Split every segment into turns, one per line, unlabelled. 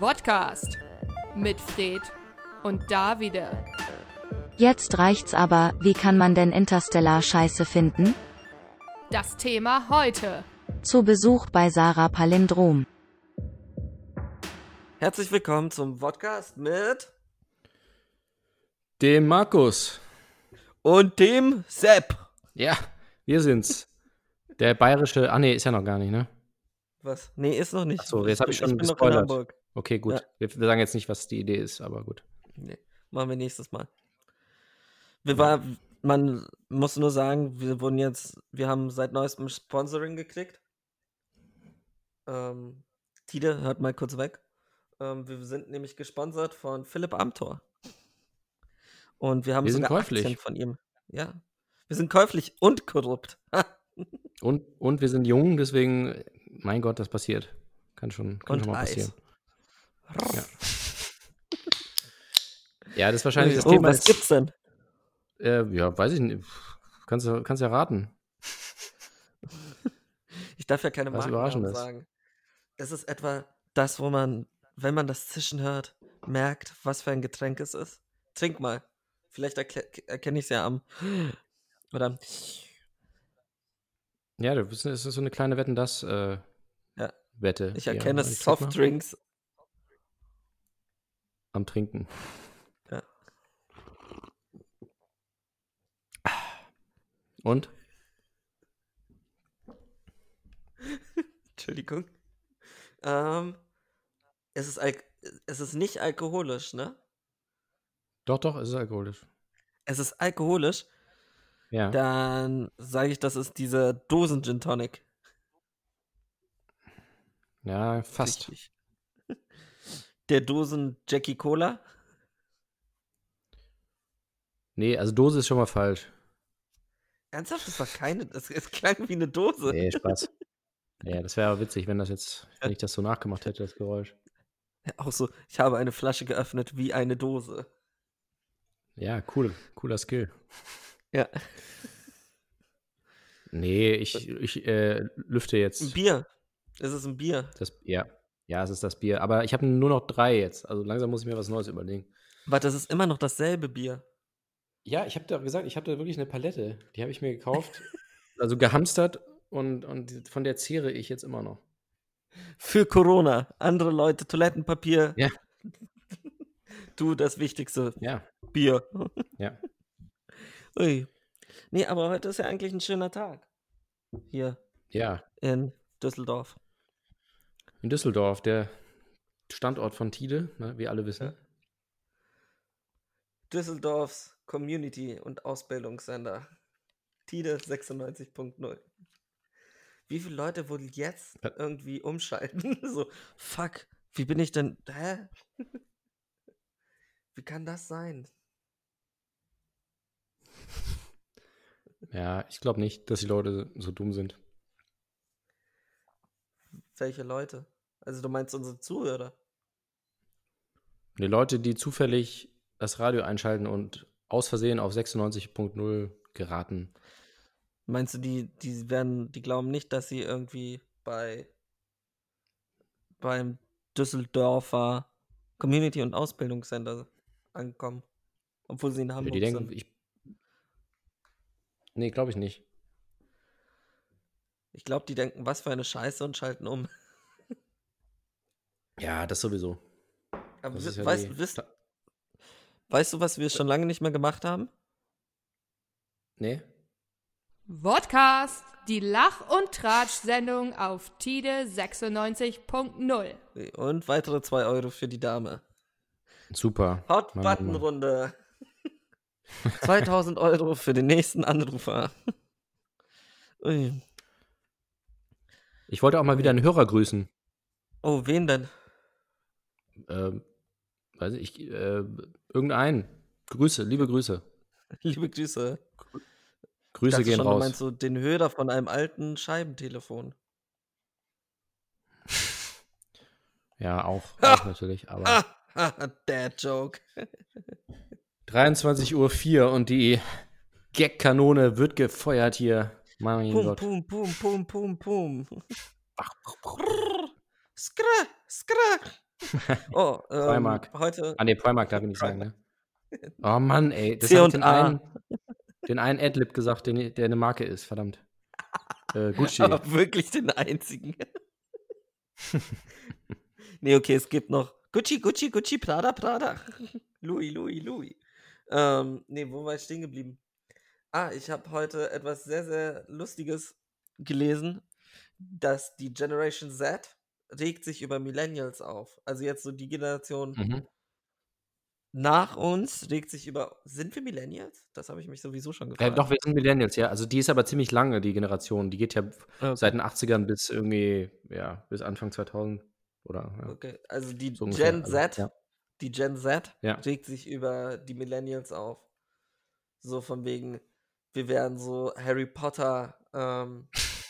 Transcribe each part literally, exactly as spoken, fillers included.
Vodcast mit Fred und Davide.
Jetzt reicht's aber, wie kann man denn Interstellar scheiße finden?
Das Thema heute.
Zu Besuch bei Sarah Palindrom.
Herzlich willkommen zum Vodcast mit
dem Markus
und dem Sepp.
Ja, wir sind's. Der bayerische, ah nee, ist ja noch gar nicht, ne?
Was? Nee, ist noch nicht.
Achso, jetzt habe ich schon
ich bin noch in
gespoilert.
Hamburg.
Okay, gut.
Ja.
Wir, wir sagen jetzt nicht, was die Idee ist, aber gut.
Nee, machen wir nächstes Mal. Wir war, man muss nur sagen, wir wurden jetzt, wir haben seit neuestem Sponsoring gekriegt. Ähm, Tide, hört mal kurz weg. Ähm, wir sind nämlich gesponsert von Philipp Amthor. Und wir haben
Wir sind
sogar
käuflich.
Aktien von ihm. Ja. Wir sind käuflich und korrupt.
Und, und wir sind jung, deswegen, mein Gott, das passiert. Kann schon, kann
Und
schon mal
Eis.
passieren. Ja. Ja, das ist wahrscheinlich das
oh,
Thema.
was
ist,
gibt's denn?
Äh, ja, weiß ich nicht. Kannst du kannst ja raten.
Ich darf ja keine
Was
Markennamen
Überraschendes.
sagen. Es ist etwa das, wo man, wenn man das Zischen hört, merkt, was für ein Getränk es ist. Trink mal. Vielleicht erkle- erkenne ich es ja am. Oder.
Ja, das ist so eine kleine Wetten, das äh,
Ja.
Wette.
Ich
hier.
erkenne
Ich check mal.
Softdrinks.
Am Trinken.
Ja.
Und?
Entschuldigung. Ähm, es ist, Al- es ist nicht alkoholisch, ne?
Doch, doch, es ist alkoholisch.
Es ist alkoholisch.
Ja.
Dann sage ich, das ist diese Dosen-Gin Tonic.
Ja, fast.
Richtig. Der Dosen Jackie Cola.
Nee, also Dose ist schon mal falsch.
Ernsthaft? Das war keine. Es, es klang wie eine Dose.
Nee, Spaß. Ja, das wäre witzig, wenn das jetzt, wenn ich das so nachgemacht hätte, das Geräusch.
Ja, auch so, ich habe eine Flasche geöffnet wie eine Dose.
Ja, cool, cooler Skill.
Ja.
Nee, ich, ich äh, lüfte
Ein
jetzt
Bier. Es ist ein Bier.
das, ja, ja, es ist das Bier. Aber ich habe nur noch drei jetzt, also langsam muss ich mir was Neues überlegen.
Warte, das ist immer noch dasselbe Bier.
Ja, ich habe da gesagt, ich habe da wirklich eine Palette, die habe ich mir gekauft, also gehamstert und, und von der zehre ich jetzt immer noch.
Für Corona. Andere Leute, Toilettenpapier.
Ja.
Du, das Wichtigste.
Ja,
Bier.
ja.
Ui. Nee, aber heute ist ja eigentlich ein schöner Tag. Hier
Ja,
in Düsseldorf.
in Düsseldorf, der Standort von Tide, ne, wie alle wissen.
Ja. Düsseldorfs Community- und Ausbildungssender. Tide sechsundneunzig Punkt null. Wie viele Leute wohl jetzt
Ja.
irgendwie umschalten? So, fuck, wie bin ich denn? Hä? Wie kann das sein?
Ja, ich glaube nicht, dass die Leute so dumm sind.
Welche Leute? Also du meinst unsere Zuhörer?
Die Leute, die zufällig das Radio einschalten und aus Versehen auf sechsundneunzig Punkt null geraten.
Meinst du, die, die werden, die glauben nicht, dass sie irgendwie bei beim Düsseldorfer Community- und Ausbildungssender ankommen? Obwohl sie in
Ja,
Hamburg
die denken,
sind.
ich. Nee, glaube ich nicht.
Ich glaube, die denken, was für eine Scheiße und schalten um.
Ja, das sowieso.
Aber
Das
wi-
ist ja
weißt,
die-
wisst, weißt du, was wir schon lange nicht mehr gemacht haben?
Nee?
Vodcast, die Lach- und Tratsch-Sendung auf Tide sechsundneunzig Punkt null.
Und weitere zwei Euro für die Dame.
Super.
Hot
Mann, Mann,
Button
Mann.
Runde. zweitausend Euro für den nächsten Anrufer. Ui.
Ich wollte auch mal wieder einen Hörer grüßen.
Oh, wen denn?
Ähm, weiß ich, äh, irgendeinen. Grüße, liebe Grüße.
Liebe Grüße.
Grüße
Ich dachte
gehen
schon,
raus.
Du meinst so den Hörer von einem alten Scheibentelefon.
Ja, auch, auch natürlich. Aber
Ah, Dad Joke.
dreiundzwanzig Uhr vier und die Gag-Kanone wird gefeuert hier. Mein
Pum,
Gott.
pum, pum, pum, pum, pum. Skra, skra. Oh, ähm,
Primark.
heute
Ah, nee, Primark darf ich nicht sagen,
Primark.
ne? Oh Mann, ey. Das
C
habe ich
und
den
A.
einen, den einen Adlib gesagt, den, der eine Marke ist, verdammt. Äh, Gucci.
Aber wirklich den einzigen. Nee, okay, es gibt noch Gucci, Gucci, Gucci, Prada, Prada. Louis, Louis, Louis. Ähm, nee, wo war ich stehen geblieben? Ah, ich habe heute etwas sehr, sehr Lustiges gelesen, dass die Generation Z regt sich über Millennials auf. Also jetzt so die Generation
Mhm.
nach uns regt sich über. Sind wir Millennials? Das habe ich mich sowieso schon
Äh,
gefragt.
doch, wir sind Millennials, ja. Also die ist aber ziemlich lange, die Generation. Die geht ja
Okay.
seit den achtzigern bis irgendwie, ja, bis Anfang zweitausend oder, ja.
Okay, also die
So ungefähr,
Gen
also,
Z,
ja.
die Gen Z
Ja.
regt sich über die Millennials auf. So von wegen, wir wären so Harry Potter ähm,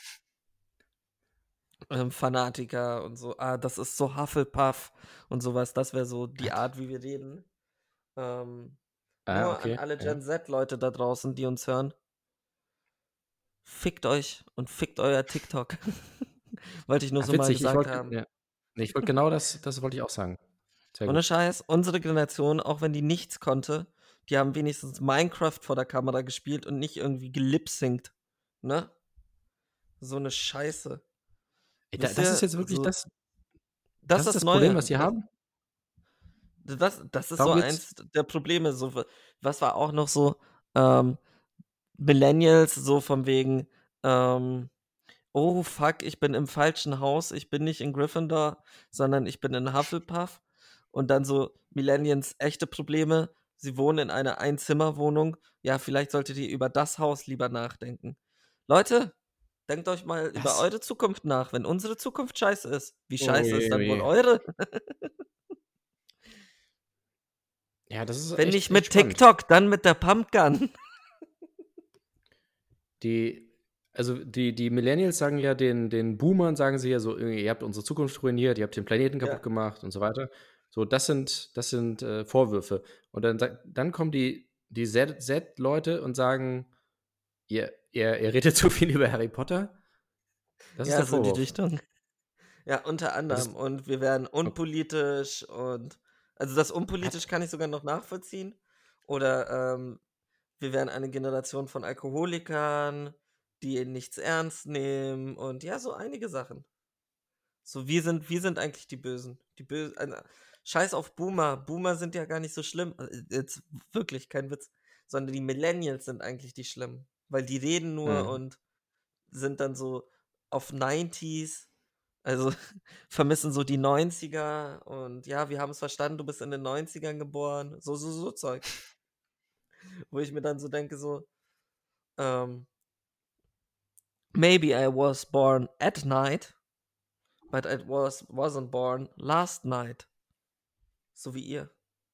ähm, Fanatiker und so. Ah, das ist so Hufflepuff und sowas. Das wäre so die
Was?
Art, wie wir reden. Ähm,
Ah,
nur an
okay,
alle
ja.
Gen Z-Leute da draußen, die uns hören. Fickt euch und fickt euer TikTok. Wollte ich nur
Ach,
so mal
witzig, ich
gesagt
wollte,
haben.
ja. Nee, ich wollte genau das, das wollte ich auch sagen. Sehr
Ohne
gut.
Scheiß, unsere Generation, auch wenn die nichts konnte, die haben wenigstens Minecraft vor der Kamera gespielt und nicht irgendwie gelipsingt. Ne? So eine Scheiße.
Ey, da,
Wisst
das ist
ihr,
jetzt wirklich
so,
das,
das
das
ist
ist
das
das Problem,
Neue.
was die
Das,
haben.
das, das ist so
Darum geht's.
eins der Probleme. So, was war auch noch so, ähm, Millennials, so von wegen, ähm, oh fuck, ich bin im falschen Haus, ich bin nicht in Gryffindor, sondern ich bin in Hufflepuff. Und dann so Millennials echte Probleme. Sie wohnen in einer Einzimmerwohnung. Ja, vielleicht solltet ihr über das Haus lieber nachdenken. Leute, denkt euch mal über
Das.
eure Zukunft nach. Wenn unsere Zukunft scheiße ist, wie
Oh
scheiße
je,
ist
oh
dann wohl
je.
eure?
Ja, das ist
Wenn
echt,
nicht
echt
mit
spannend.
TikTok, dann mit der Pumpgun.
Die, also die, die Millennials sagen ja den, den Boomern, sagen sie ja so, irgendwie, ihr habt unsere Zukunft ruiniert, ihr habt den Planeten kaputt
Ja.
gemacht und so weiter. So, das sind, das sind äh, Vorwürfe. Und dann, sa- dann kommen die, die Z- Z-Leute und sagen, ihr, ihr, ihr redet zu viel über Harry Potter. Das ist
Ja,
der
so in die
Vorwurf.
Richtung. Ja, unter
Und
anderem.
das,
Und wir werden
okay.
unpolitisch und also das
Was?
unpolitisch kann ich sogar noch nachvollziehen. Oder ähm, wir werden eine Generation von Alkoholikern, die nichts ernst nehmen und ja, so einige Sachen. So, wir sind, wir sind eigentlich die Bösen. Die Bösen. Äh, Scheiß auf Boomer. Boomer sind ja gar nicht so schlimm. Äh, Jetzt wirklich kein Witz. Sondern die Millennials sind eigentlich die Schlimmen. Weil die reden nur
Hm.
und sind dann so auf neunziger. Also vermissen so die neunziger und ja, wir haben es verstanden, du bist in den neunzigern geboren. So, so, so Zeug. Wo ich mir dann so denke, so, ähm, maybe I was born at night, but I was, wasn't born last night. So wie ihr.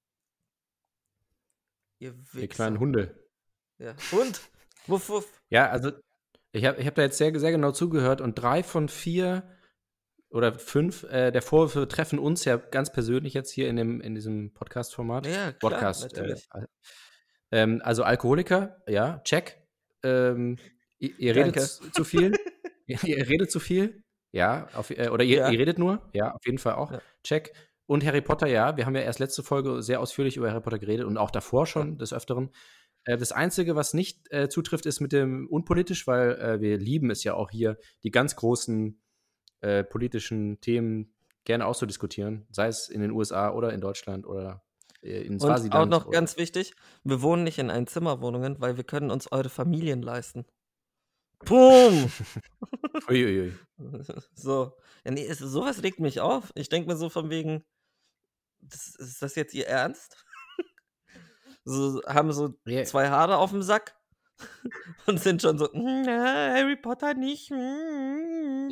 Ihr
Die kleinen
Wichser.
Hunde.
Ja. Und? Wuff, wuff.
Ja, also ich habe ich hab da jetzt sehr, sehr genau zugehört und drei von vier oder fünf äh, der Vorwürfe treffen uns ja ganz persönlich jetzt hier in, dem, in diesem Podcast-Format.
Ja, klar,
Podcast. Äh,
natürlich.
ähm, also Alkoholiker, ja, check. Ähm, ihr, ihr redet
Danke.
zu, zu viel. ihr, ihr redet zu viel. Ja, auf, äh, oder ihr,
Ja.
ihr redet nur. Ja, auf jeden Fall auch.
Ja.
Check. Und Harry Potter, ja, wir haben ja erst letzte Folge sehr ausführlich über Harry Potter geredet und auch davor schon des Öfteren. Äh, das Einzige, was nicht äh, zutrifft, ist mit dem unpolitisch, weil äh, wir lieben es ja auch hier, die ganz großen äh, politischen Themen gerne auszudiskutieren, sei es in den U S A oder in Deutschland oder äh, in
Und auch
Swasiland.
noch
oder-
ganz wichtig, wir wohnen nicht in Einzimmerwohnungen, weil wir können uns eure Familien leisten. Boom!
Uiuiui.
So. Ja, nee, es, sowas regt mich auf. Ich denke mir so von wegen, das, ist das jetzt ihr Ernst? So, haben so
Ja,
zwei Haare auf dem Sack und sind schon so, "Mm, ja, Harry Potter nicht. mm."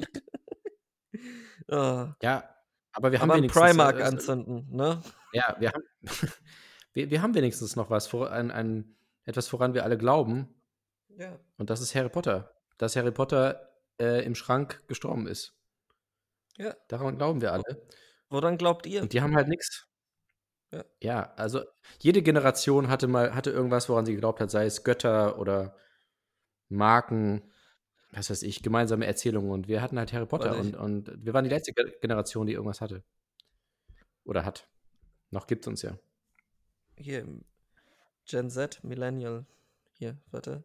Ah.
ja, aber wir haben
Aber einen
wenigstens.
Primark
Äh, äh,
anzünden, ne?
ja, wir haben, wir, wir haben wenigstens noch was, vor, ein, ein, etwas, woran wir alle glauben.
Ja.
Und das ist Harry Potter. Dass Harry Potter äh, im Schrank gestorben ist.
Ja.
Daran glauben wir alle.
Woran glaubt ihr?
Und die haben halt nichts.
Ja.
Ja, also jede Generation hatte mal, hatte irgendwas, woran sie geglaubt hat, sei es Götter oder Marken, was weiß ich, gemeinsame Erzählungen. Und wir hatten halt Harry Potter
Warte, ich-
und, und wir waren die letzte Ge- Generation, die irgendwas hatte. Oder hat. Noch gibt's uns ja.
Hier, Gen Z, Millennial. Hier, warte.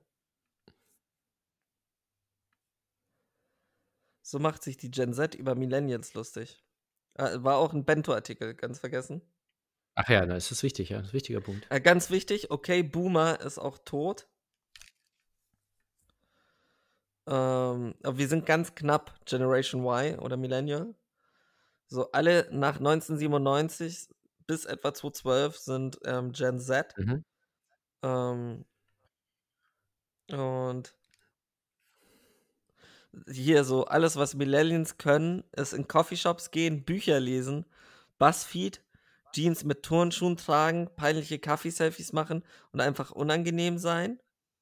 So macht sich die Gen Z über Millennials lustig. Äh, war auch ein Bento-Artikel, ganz vergessen.
Ach ja, das ist wichtig, ja. Das ist ein wichtiger Punkt.
Äh, ganz wichtig, okay, Boomer ist auch tot. Ähm, aber wir sind ganz knapp Generation Y oder Millennial. So alle nach neunzehnhundertsiebenundneunzig bis etwa zweitausendzwölf sind ähm, Gen Z.
Mhm.
Ähm, und hier so alles, was Millennials können, ist in Coffeeshops gehen, Bücher lesen, Buzzfeed, Jeans mit Turnschuhen tragen, peinliche Kaffee-Selfies machen und einfach unangenehm sein.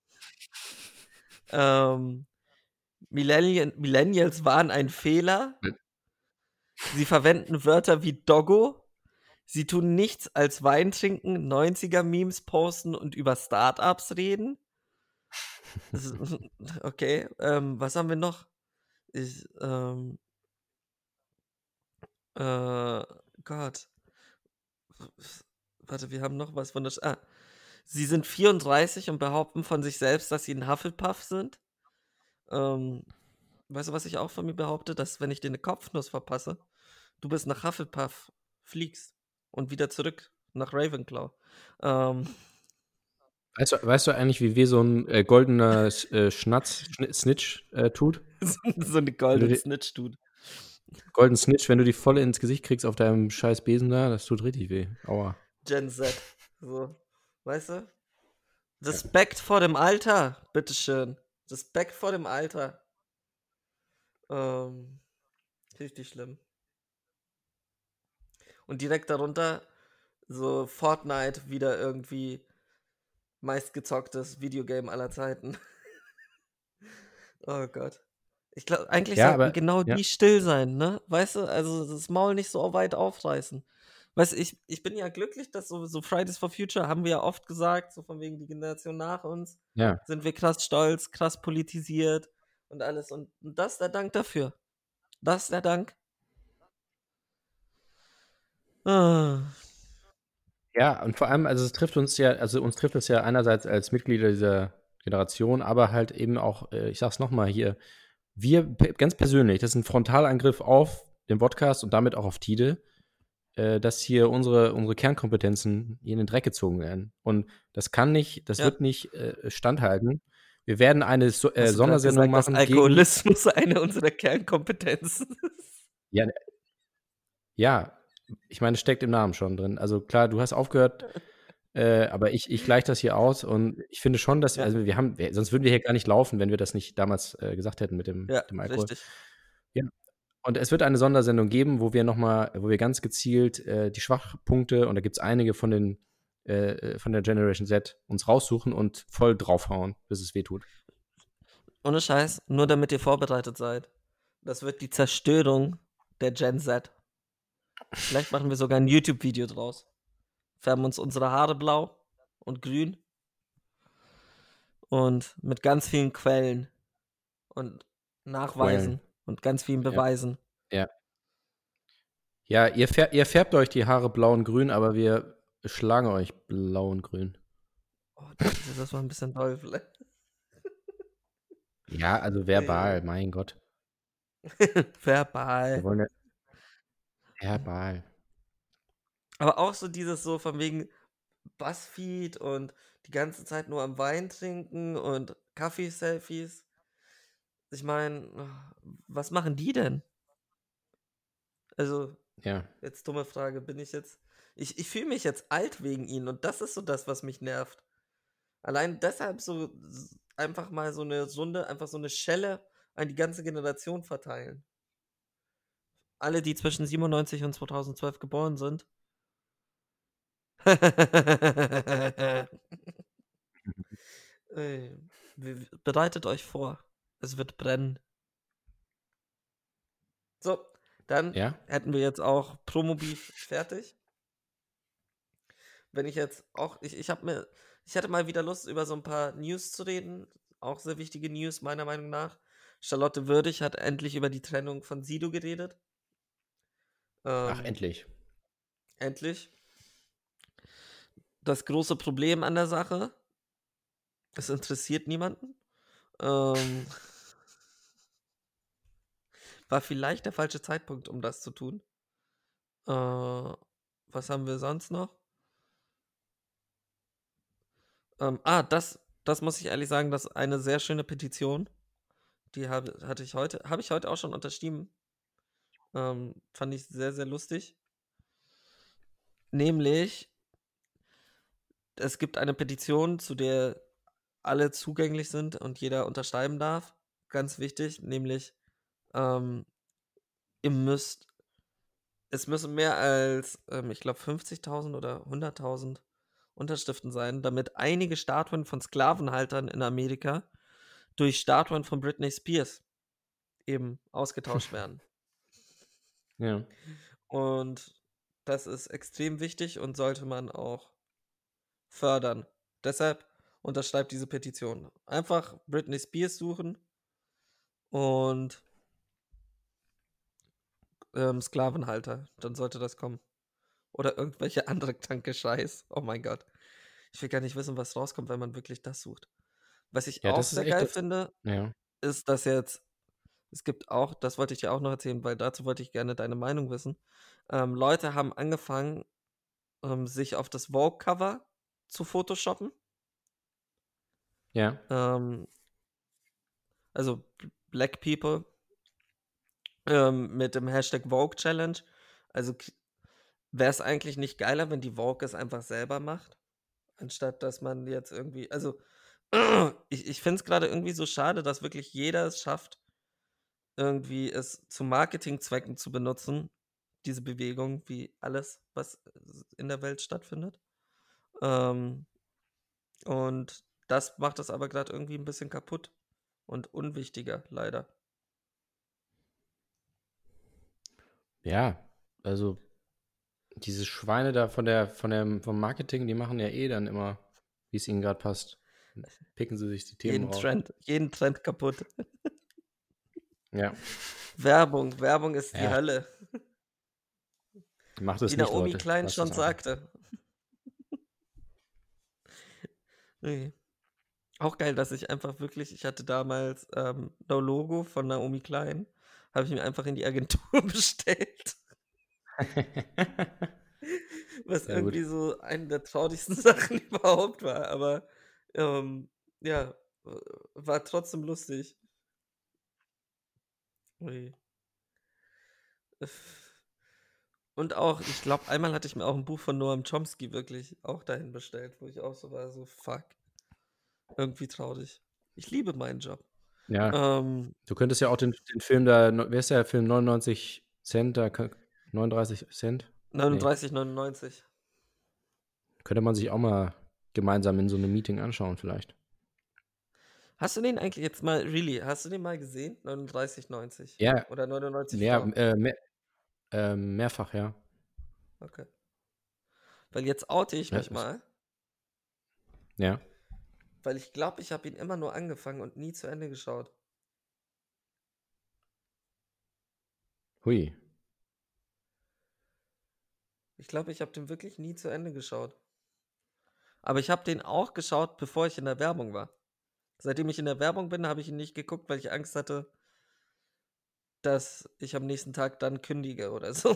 Ähm, Millennial, Millennials waren ein Fehler.
Ja.
Sie verwenden Wörter wie Doggo. Sie tun nichts als Wein trinken, neunziger-Memes posten und über Startups reden. Das- Okay, ähm, was haben wir noch? Ich, ähm, äh, Gott. Warte, wir haben noch was von der. Sch ah. Sie sind vierunddreißig und behaupten von sich selbst, dass sie ein Hufflepuff sind. Ähm, weißt du, was ich auch von mir behaupte? Dass, wenn ich dir eine Kopfnuss verpasse, du bis nach Hufflepuff fliegst und wieder zurück nach Ravenclaw. Ähm,
Weißt du, weißt du eigentlich, wie weh so ein äh, goldener äh, Schnatz, Schn Snitch äh, tut?
so, so eine
Wenn du
goldene
die,
Snitch tut.
golden Snitch, wenn du die voll ins Gesicht kriegst auf deinem scheiß Besen da, das tut richtig weh. Aua.
Gen Z. So, weißt du? Respekt vor dem Alter, bitteschön. Respekt vor dem Alter. Ähm, richtig schlimm. Und direkt darunter so Fortnite wieder irgendwie meistgezocktes Videogame aller Zeiten. Oh Gott. Ich glaube, eigentlich
Ja,
sollten
aber
genau
ja.
die still sein, ne? Weißt du, also das Maul nicht so weit aufreißen. Weißt du, ich, ich bin ja glücklich, dass so, so Fridays for Future, haben wir ja oft gesagt, so von wegen die Generation nach uns,
Ja.
sind wir krass stolz, krass politisiert und alles. Und, und das ist der Dank dafür. Das ist der Dank. Ah.
Ja, und vor allem, also es trifft uns ja, also uns trifft es ja einerseits als Mitglieder dieser Generation, aber halt eben auch, äh, ich sag's nochmal hier, wir pe- ganz persönlich, das ist ein Frontalangriff auf den Podcast und damit auch auf Tide, äh, dass hier unsere, unsere Kernkompetenzen hier in den Dreck gezogen werden. Und das kann nicht, das
Ja.
wird nicht äh, standhalten. Wir werden eine so, äh,
Hast du gerade
Sondersendung
gesagt, dass
machen gegen.
Alkoholismus eine unserer Kernkompetenzen ist?
Ja, ja, ich meine, es steckt im Namen schon drin. Also klar, du hast aufgehört, äh, aber ich, ich gleiche das hier aus und ich finde schon, dass,
Ja.
also wir haben, wir, sonst würden wir hier gar nicht laufen, wenn wir das nicht damals äh, gesagt hätten mit dem,
Ja,
mit dem Alkohol.
richtig.
Ja. Und es wird eine Sondersendung geben, wo wir nochmal, wo wir ganz gezielt äh, die Schwachpunkte, und da gibt es einige von den äh, von der Generation Z, uns raussuchen und voll draufhauen, bis es weh tut.
Ohne Scheiß, nur damit ihr vorbereitet seid. Das wird die Zerstörung der Gen Z. Vielleicht machen wir sogar ein YouTube-Video draus. Färben uns unsere Haare blau und grün. Und mit ganz vielen Quellen und Nachweisen
Quellen.
und ganz vielen Beweisen.
Ja. Ja, ihr, fär, ihr färbt euch die Haare blau und grün, aber wir schlagen euch blau und grün.
Oh, das, das war ein bisschen doll vielleicht.
Ja, also verbal, mein Gott. Wir
Verbal.
wollen ja verbal.
Aber auch so dieses so von wegen Buzzfeed und die ganze Zeit nur am Wein trinken und Kaffee-Selfies. Ich meine, was machen die denn? Also,
Ja.
jetzt dumme Frage, bin ich jetzt. Ich, ich fühle mich jetzt alt wegen ihnen und das ist so das, was mich nervt. Allein deshalb so s- einfach mal so eine Runde, einfach so eine Schelle an die ganze Generation verteilen. Alle, die zwischen siebenundneunzig und zweitausendzwölf geboren sind. Ey, wir- bereitet euch vor. Es wird brennen. So, dann
Ja?
hätten wir jetzt auch Promo-Beef fertig. Wenn ich jetzt auch, ich, ich habe mir, ich hatte mal wieder Lust, über so ein paar News zu reden. Auch sehr wichtige News, meiner Meinung nach. Charlotte Würdig hat endlich über die Trennung von Sido geredet.
Ach,
Ähm,
endlich.
endlich. Das große Problem an der Sache, es interessiert niemanden. Ähm, war vielleicht der falsche Zeitpunkt, um das zu tun. Äh, was haben wir sonst noch? Ähm, ah, das, das muss ich ehrlich sagen, das ist eine sehr schöne Petition. Die habe hatte ich heute, habe ich heute auch schon unterschrieben. Ähm, fand ich sehr, sehr lustig. Nämlich, es gibt eine Petition, zu der alle zugänglich sind und jeder unterschreiben darf. Ganz wichtig, nämlich, ähm, ihr müsst, es müssen mehr als, ähm, ich glaube, fünfzigtausend oder hunderttausend Unterschriften sein, damit einige Statuen von Sklavenhaltern in Amerika durch Statuen von Britney Spears eben ausgetauscht werden.
Ja.
Und das ist extrem wichtig und sollte man auch fördern. Deshalb unterschreibt diese Petition. Einfach Britney Spears suchen und ähm, Sklavenhalter. Dann sollte das kommen. Oder irgendwelche andere kranke Scheiß. Oh mein Gott. Ich will gar nicht wissen, was rauskommt, wenn man wirklich das sucht. Was ich
Ja,
auch
das ist
sehr
echt
geil
das,
finde,
ja.
ist, dass jetzt, es gibt auch, das wollte ich dir auch noch erzählen, weil dazu wollte ich gerne deine Meinung wissen. Ähm, Leute haben angefangen, ähm, sich auf das Vogue-Cover zu photoshoppen.
Ja.
Ähm, also B- Black People ähm, mit dem Hashtag Vogue Challenge. Also wäre es eigentlich nicht geiler, wenn die Vogue es einfach selber macht, anstatt dass man jetzt irgendwie, also ich, ich finde es gerade irgendwie so schade, dass wirklich jeder es schafft, irgendwie es zu Marketingzwecken zu benutzen, diese Bewegung, wie alles, was in der Welt stattfindet. Ähm, und das macht es aber gerade irgendwie ein bisschen kaputt und unwichtiger, leider.
Ja, also diese Schweine da von der, von der, vom Marketing, die machen ja eh dann immer, wie es ihnen gerade passt. Picken sie sich die Themen
Jeden
raus.
Trend, jeden Trend kaputt.
Ja.
Werbung, Werbung ist die
Ja.
Hölle.
Macht es
Wie
nicht,
Naomi
Leute.
Klein
Lasst
schon
es einfach.
sagte. Nee. Auch geil, dass ich einfach wirklich, ich hatte damals ähm, No Logo von Naomi Klein, habe ich mir einfach in die Agentur bestellt. Was
Sehr gut.
irgendwie so eine der traurigsten Sachen überhaupt war, aber ähm, ja, äh, war trotzdem lustig. Ui. Und auch, ich glaube, einmal hatte ich mir auch ein Buch von Noam Chomsky wirklich auch dahin bestellt, wo ich auch so war, so fuck. Irgendwie traurig. Ich liebe meinen Job.
Ja.
Ähm,
Du könntest ja auch den, den Film da, no- wer ist der Film? neunundneunzig Cent, da kann- neununddreißig Cent?
neununddreißig neunundneunzig.
Könnte man sich auch mal gemeinsam in so einem Meeting anschauen, vielleicht.
Hast du den eigentlich jetzt mal, really, hast du den mal gesehen? neununddreißig neunzig?
Ja,
Oder neunundneunzig
ja,
vor?
äh, mehr, äh, mehrfach, ja.
Okay. Weil jetzt oute ich
Ja,
mich
ist-
mal,
Ja.
weil ich glaube, ich habe ihn immer nur angefangen und nie zu Ende geschaut.
Hui.
Ich glaube, ich habe den wirklich nie zu Ende geschaut. Aber ich habe den auch geschaut, bevor ich in der Werbung war. Seitdem ich in der Werbung bin, habe ich ihn nicht geguckt, weil ich Angst hatte, dass ich am nächsten Tag dann kündige oder so.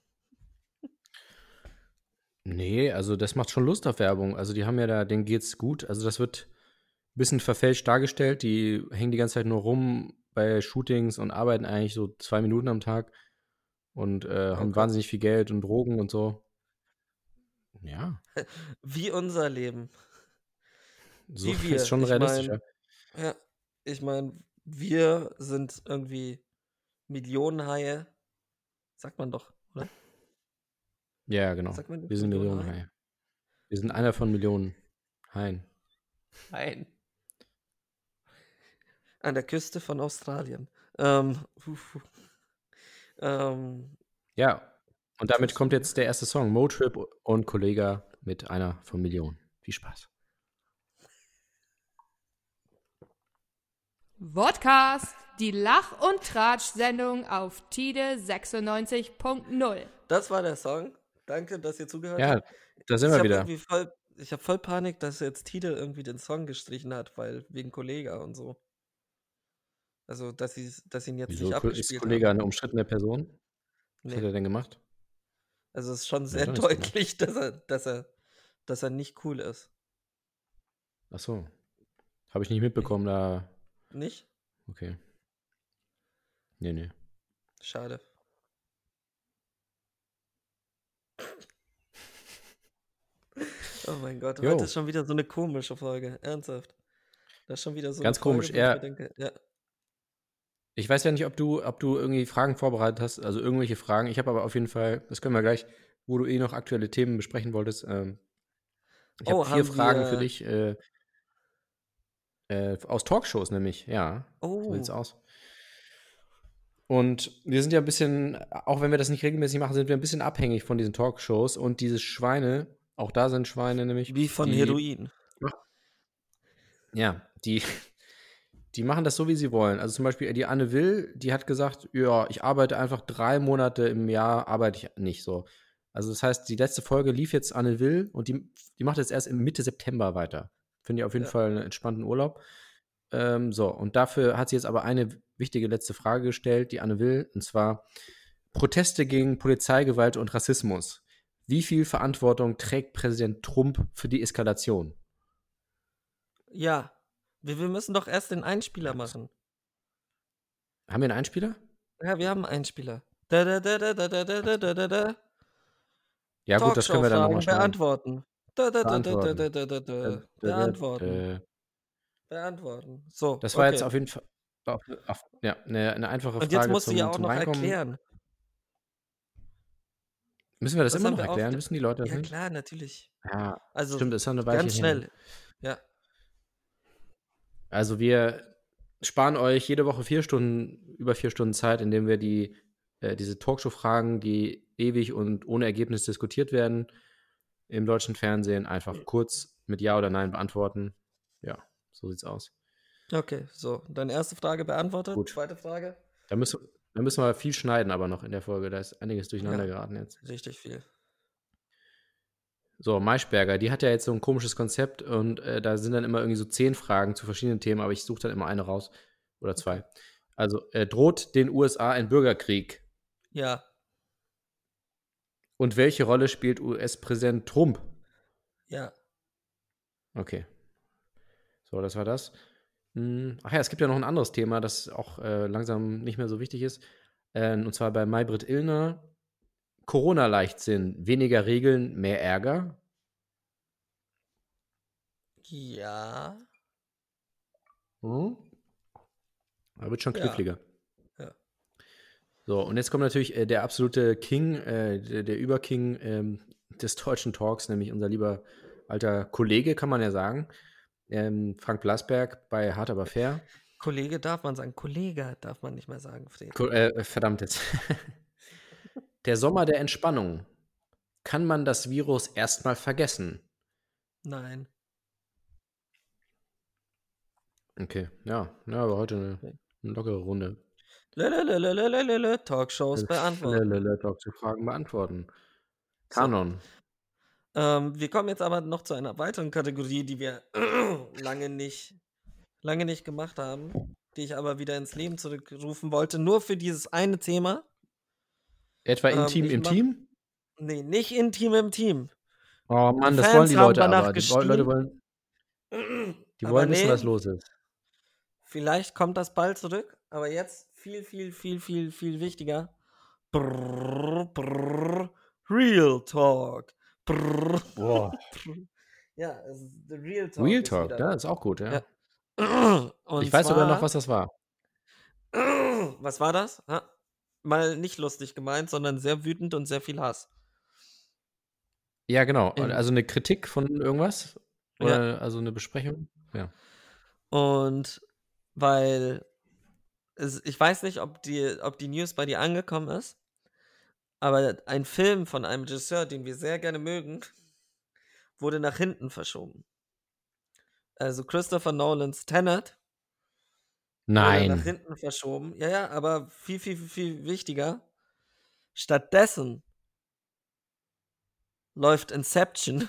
Nee, also das macht schon Lust auf Werbung. Also die haben ja da, denen geht's gut. Also das wird ein bisschen verfälscht dargestellt. Die hängen die ganze Zeit nur rum bei Shootings und arbeiten eigentlich so zwei Minuten am Tag und äh, haben
Okay.
wahnsinnig viel Geld und Drogen und so. Ja,
Wie unser Leben.
so
Wie wir.
ist schon
Ich
realistisch,
mein,
ja.
Ja, ich meine, wir sind irgendwie Millionenhaie. Sagt man doch, oder?
Ja, genau.
Sagt man
Wir sind
Millionenhaie?
Millionenhaie. Wir sind einer von Millionen Haien.
Nein. An der Küste von Australien. Ähm, hu, hu. ähm,
Ja, und damit
Tust
kommt
du?
jetzt der erste Song. Motrip und Kollega mit einer von Millionen. Viel Spaß.
Vodcast, die Lach- und Tratsch-Sendung auf Tide sechsundneunzig Punkt null.
Das war der Song. Danke, dass ihr zugehört
Ja,
habt.
da sind
Ich
wir
habe
wieder.
irgendwie voll, ich habe voll Panik, dass jetzt Tide irgendwie den Song gestrichen hat, weil wegen Kollega und so. Also, dass sie dass sie ihn jetzt
Wieso
nicht
Ko- ist
abgespielt
Kollege
haben.
eine umstrittene Person? Was hat
Nee.
er denn gemacht?
Also es ist schon
Nee,
sehr
hat doch nichts gemacht.
deutlich, dass er, dass er, dass er nicht cool ist.
Ach so. Habe ich nicht mitbekommen, da.
Nicht?
Okay. Nee, nee.
Schade. Oh mein Gott,
Jo.
heute ist schon wieder so eine komische Folge. Ernsthaft. Das ist schon wieder so
Ganz
eine Folge,
komisch,
wo
ja.
ich mir denke, ja.
Ich weiß ja nicht, ob du, ob du irgendwie Fragen vorbereitet hast, also irgendwelche Fragen. Ich habe aber auf jeden Fall, das können wir gleich, wo du eh noch aktuelle Themen besprechen wolltest. Ähm, ich
Oh,
habe vier
haben
Fragen für
wir-
dich äh, äh, aus Talkshows nämlich, ja. So sieht's
Oh,
aus. Und wir sind ja ein bisschen, auch wenn wir das nicht regelmäßig machen, sind wir ein bisschen abhängig von diesen Talkshows. Und diese Schweine, auch da sind Schweine nämlich.
wie von
die,
Heroin.
Ja, die, die machen das so, wie sie wollen. Also zum Beispiel die Anne Will, die hat gesagt, ja, ich arbeite einfach drei Monate im Jahr, arbeite ich nicht so. Also das heißt, die letzte Folge lief jetzt Anne Will und die, die macht jetzt erst im Mitte September weiter. Finde ich auf jeden
Ja.
Fall einen entspannten Urlaub. Ähm, so, und dafür hat sie jetzt aber eine wichtige letzte Frage gestellt, die Anne Will, und zwar Proteste gegen Polizeigewalt und Rassismus. Wie viel Verantwortung trägt Präsident Trump für die Eskalation?
Ja. Wir, wir müssen doch erst den Einspieler machen.
Haben wir einen Einspieler?
Ja, wir haben einen Einspieler. Da, da, da, da, da, da, da, da, da, da.
Ja, gut, das können wir dann nochmal
Talkshow-Fragen
schneiden.
beantworten. Da, da, da, da, da,
Beantworten.
da, da, da,
Äh,
da. Beantworten. Beantworten. So,
Das war
okay.
jetzt auf jeden Fall auf, auf, ja, eine, eine einfache
Und
Frage
jetzt musst
zum,
du ja auch
zum
noch
Reinkommen.
erklären.
Müssen wir das
Was
immer
haben
noch
wir
erklären?
aufge-
Wissen die Leute das
Ja,
nicht?
klar, natürlich.
Ja,
Also,
stimmt, ist ja eine Weile
ganz
her, ne?
schnell. Ja.
Also wir sparen euch jede Woche vier Stunden, über vier Stunden Zeit, indem wir die, äh, diese Talkshow-Fragen, die ewig und ohne Ergebnis diskutiert werden, im deutschen Fernsehen einfach kurz mit Ja oder Nein beantworten. Ja, so sieht's aus.
Okay, so. Deine erste Frage beantwortet.
Gut.
Zweite Frage.
Da müssen, da müssen wir viel schneiden, aber noch in der Folge. Da ist einiges durcheinander
Ja.
geraten jetzt.
Richtig viel.
So, Maischberger, die hat ja jetzt so ein komisches Konzept und äh, da sind dann immer irgendwie so zehn Fragen zu verschiedenen Themen, aber ich suche dann immer eine raus oder zwei. Also, äh, droht den U S A ein Bürgerkrieg?
Ja.
Und welche Rolle spielt U S-Präsident Trump?
Ja.
Okay. So, das war das. Hm, Ach ja, es gibt ja noch ein anderes Thema, das auch äh, langsam nicht mehr so wichtig ist. Äh, und zwar bei Maybrit Illner. Corona-Leichtsinn, weniger Regeln, mehr Ärger.
Ja.
Hm? Da wird schon
Ja.
kniffliger.
Ja.
So, und jetzt kommt natürlich äh, der absolute King, äh, der, der Überking ähm, des deutschen Talks, nämlich unser lieber alter Kollege, kann man ja sagen, ähm, Frank Blasberg bei Hart aber fair.
Kollege darf man sagen. Kollege darf man nicht mehr sagen, Fred.
Ko äh, verdammt jetzt. Der Sommer der Entspannung. Kann man das Virus erstmal vergessen?
Nein.
Okay, ja, ja, aber heute eine, eine lockere Runde.
Lelelelelelele, Talkshows beantworten.
Lelele, Talk zu Fragen beantworten. Kanon.
Ähm, wir kommen jetzt aber noch zu einer weiteren Kategorie, die wir lange nicht, lange nicht gemacht haben, die ich aber wieder ins Leben zurückrufen wollte, nur für dieses eine Thema.
Etwa
Ähm,
intim
ich
im
mach-
Team?
Nee, nicht intim im Team.
Oh Mann,
Die
das
Fans
wollen die
haben
Leute
danach
aber. Die
geschrien.
Leute wollen, die
Aber
wollen wissen,
nee,
was los ist.
Vielleicht kommt das bald zurück, aber jetzt viel, viel, viel, viel, viel wichtiger. Brrr, brrr, Real Talk. Brrr,
Boah.
brrr. Ja, es ist, the Real Talk.
Real
ist
Talk,
wieder
ja,
da.
ist auch gut, ja.
Ja. Und
Ich weiß sogar noch,
zwar-
was das war.
Was war das? Ha? Mal nicht lustig gemeint, sondern sehr wütend und sehr viel Hass.
Ja, genau.
In-
Also eine Kritik von irgendwas? Oder also eine Besprechung? Ja.
Und weil es, ich weiß nicht, ob die, ob die News bei dir angekommen ist, aber ein Film von einem Regisseur, den wir sehr gerne mögen, wurde nach hinten verschoben. Also Christopher Nolans Tenet wurde nach
Nein.
hinten verschoben. Ja, ja, aber viel, viel, viel, viel wichtiger. Stattdessen läuft Inception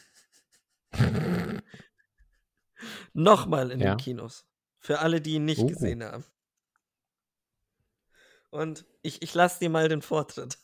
nochmal in
Ja.
den Kinos. Für alle, die ihn nicht
Oh.
gesehen haben. Und ich, ich lasse dir mal den Vortritt.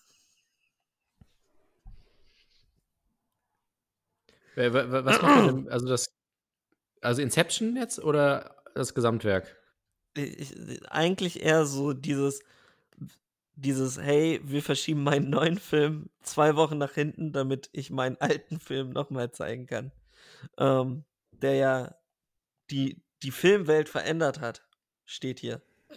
Äh, wa- wa- Was macht man denn, also das, also Inception jetzt oder das Gesamtwerk?
Ich, eigentlich eher so dieses, dieses, hey, wir verschieben meinen neuen Film zwei Wochen nach hinten, damit ich meinen alten Film nochmal zeigen kann. Ähm, der ja die, die Filmwelt verändert hat, steht hier.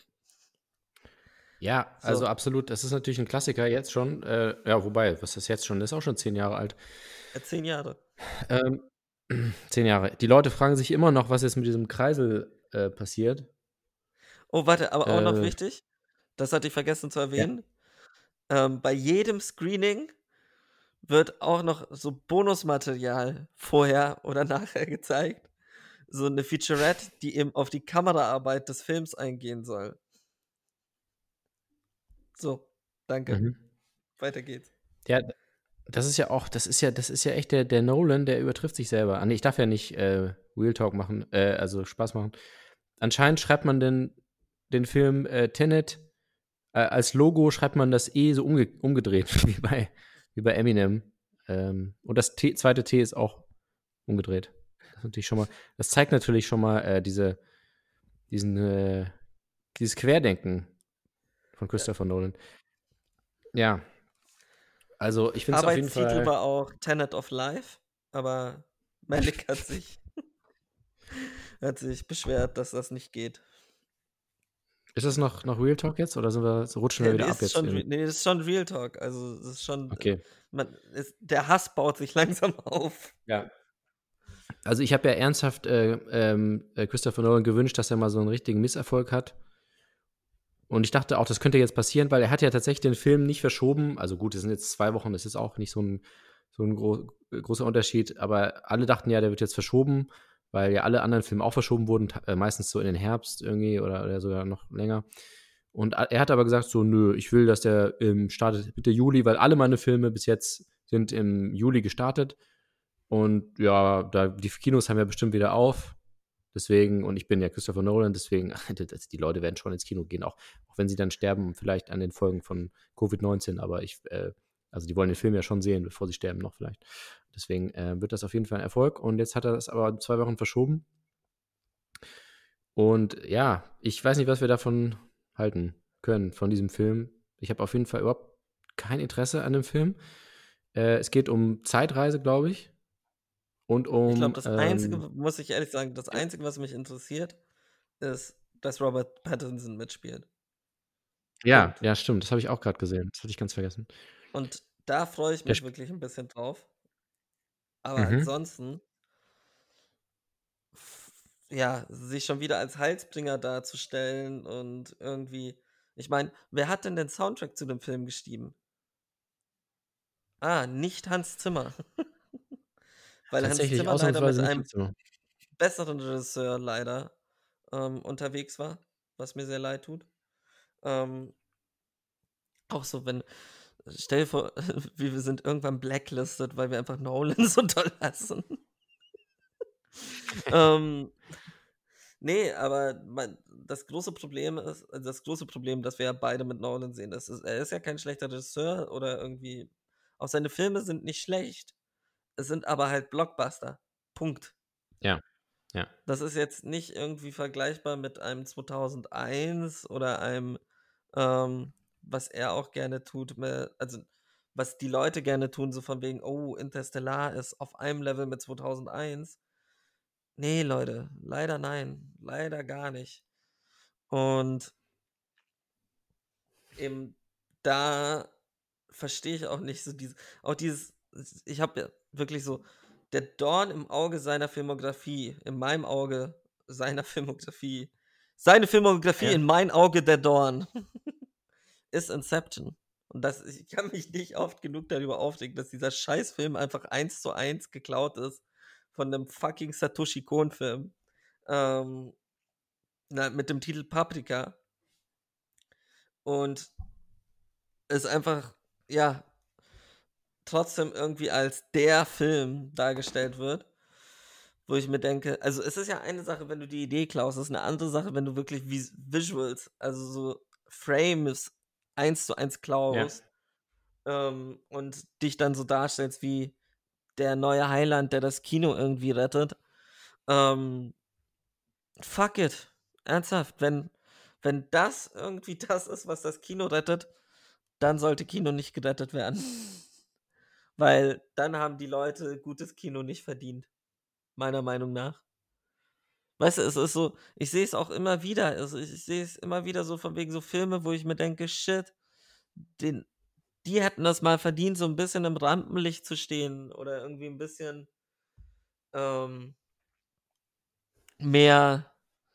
Ja,
So.
also absolut. Das ist natürlich ein Klassiker jetzt schon. Äh, ja, wobei, was ist jetzt schon? Das ist auch schon zehn Jahre alt.
Äh, Zehn Jahre.
Ähm, zehn Jahre. Die Leute fragen sich immer noch, was jetzt mit diesem Kreisel äh, passiert.
Oh, warte, aber auch noch
Äh,
wichtig, das hatte ich vergessen zu erwähnen. Ähm, bei jedem Screening wird auch noch so Bonusmaterial vorher oder nachher gezeigt. So eine Featurette, die eben auf die Kameraarbeit des Films eingehen soll. So, danke.
Mhm.
Weiter geht's.
Ja, das ist ja auch, das ist ja, das ist ja echt der, der Nolan, der übertrifft sich selber. Ah, nee, ich darf ja nicht äh, Real Talk machen, äh, also Spaß machen. Anscheinend schreibt man den, den Film äh, Tenet, äh, als Logo schreibt man das E so umge umgedreht, wie bei, wie bei Eminem. Ähm, und das T, zweite T ist auch umgedreht. Das, ist natürlich schon mal, das zeigt natürlich schon mal äh, diese, diesen, äh, dieses Querdenken von Christopher Nolan. Ja. Also, ich finde es auf jeden
Arbeitstitel
Fall.
war auch Tenet of Life, aber Malik hat sich, hat sich beschwert, dass das nicht geht.
Ist das noch, noch Real Talk jetzt oder sind wir, so rutschen wir
Nee,
wieder ab
ist
jetzt?
schon,
in-
re- nee, das ist schon Real Talk. Also, das ist schon.
Okay.
Man, ist, der Hass baut sich langsam auf.
Ja. Also ich habe ja ernsthaft äh, ähm, äh, Christopher Nolan gewünscht, dass er mal so einen richtigen Misserfolg hat. Und ich dachte auch, das könnte jetzt passieren, weil er hat ja tatsächlich den Film nicht verschoben. Also gut, es sind jetzt zwei Wochen, das ist auch nicht so ein, so ein gro großer Unterschied. Aber alle dachten ja, der wird jetzt verschoben, weil ja alle anderen Filme auch verschoben wurden, äh, meistens so in den Herbst irgendwie oder, oder sogar noch länger. Und er hat aber gesagt so, nö, ich will, dass der ähm, startet Mitte Juli, weil alle meine Filme bis jetzt sind im Juli gestartet. Und ja, da, die Kinos haben ja bestimmt wieder auf. Deswegen, und ich bin ja Christopher Nolan, deswegen, die Leute werden schon ins Kino gehen, auch, auch wenn sie dann sterben, vielleicht an den Folgen von Covid neunzehn, aber ich, äh, also die wollen den Film ja schon sehen, bevor sie sterben noch vielleicht. Deswegen äh, wird das auf jeden Fall ein Erfolg. Und jetzt hat er das aber zwei Wochen verschoben. Und ja, ich weiß nicht, was wir davon halten können, von diesem Film. Ich habe auf jeden Fall überhaupt kein Interesse an dem Film. Äh, es geht um Zeitreise, glaube ich. Und um.
Ich glaube, das Einzige,
ähm,
muss ich ehrlich sagen, das Einzige, was mich interessiert, ist, dass Robert Pattinson mitspielt.
Ja,
Punkt.
ja, stimmt. Das habe ich auch gerade gesehen. Das hatte ich ganz vergessen.
Und da freue ich
Der
mich
sp-
wirklich ein bisschen drauf. Aber
Mhm.
ansonsten, f- ja, sich schon wieder als Heilsbringer darzustellen und irgendwie. Ich meine, wer hat denn den Soundtrack zu dem Film geschrieben? Ah, nicht Hans Zimmer. Weil Hans
Tatsächlich
Zimmer leider mit
ausnahmsweise nicht
einem
ins Zimmer.
besseren Regisseur leider ähm, unterwegs war, was mir sehr leid tut. Ähm, auch so, wenn, stell dir vor, wie wir sind irgendwann blacklisted, weil wir einfach Nolan so toll hassen. ähm, nee, aber mein, das große Problem ist, also das große Problem, das wir ja beide mit Nolan sehen, das ist, er ist ja kein schlechter Regisseur oder irgendwie, auch seine Filme sind nicht schlecht. Es sind aber halt Blockbuster. Punkt.
Ja, ja.
Das ist jetzt nicht irgendwie vergleichbar mit einem zweitausendeins oder einem, ähm, was er auch gerne tut, me- also was die Leute gerne tun, so von wegen, oh, Interstellar ist auf einem Level mit zweitausendeins. Nee, Leute, leider nein, leider gar nicht. Und eben da verstehe ich auch nicht so diese, auch dieses, ich habe ja wirklich so, der Dorn im Auge seiner Filmografie, in meinem Auge seiner Filmografie, seine Filmografie
Ja.
in mein Auge der Dorn, ist Inception. Und das, ich kann mich nicht oft genug darüber aufregen, dass dieser Scheißfilm einfach eins zu eins geklaut ist von einem fucking Satoshi Kon-Film. Ähm, na, mit dem Titel Paprika. Und ist einfach, ja, trotzdem irgendwie als der Film dargestellt wird, wo ich mir denke, also es ist ja eine Sache, wenn du die Idee klaust, es ist eine andere Sache, wenn du wirklich Vis Visuals, also so Frames eins zu eins
Ja.
klaust ähm, und dich dann so darstellst wie der neue Heiland, der das Kino irgendwie rettet. Ähm, fuck it. Ernsthaft, wenn, wenn das irgendwie das ist, was das Kino rettet, dann sollte Kino nicht gerettet werden. Weil dann haben die Leute gutes Kino nicht verdient. Meiner Meinung nach. Weißt du, es ist so, ich sehe es auch immer wieder. Also ich, ich sehe es immer wieder so von wegen so Filme, wo ich mir denke, shit, den, die hätten das mal verdient, so ein bisschen im Rampenlicht zu stehen oder irgendwie ein bisschen ähm, mehr,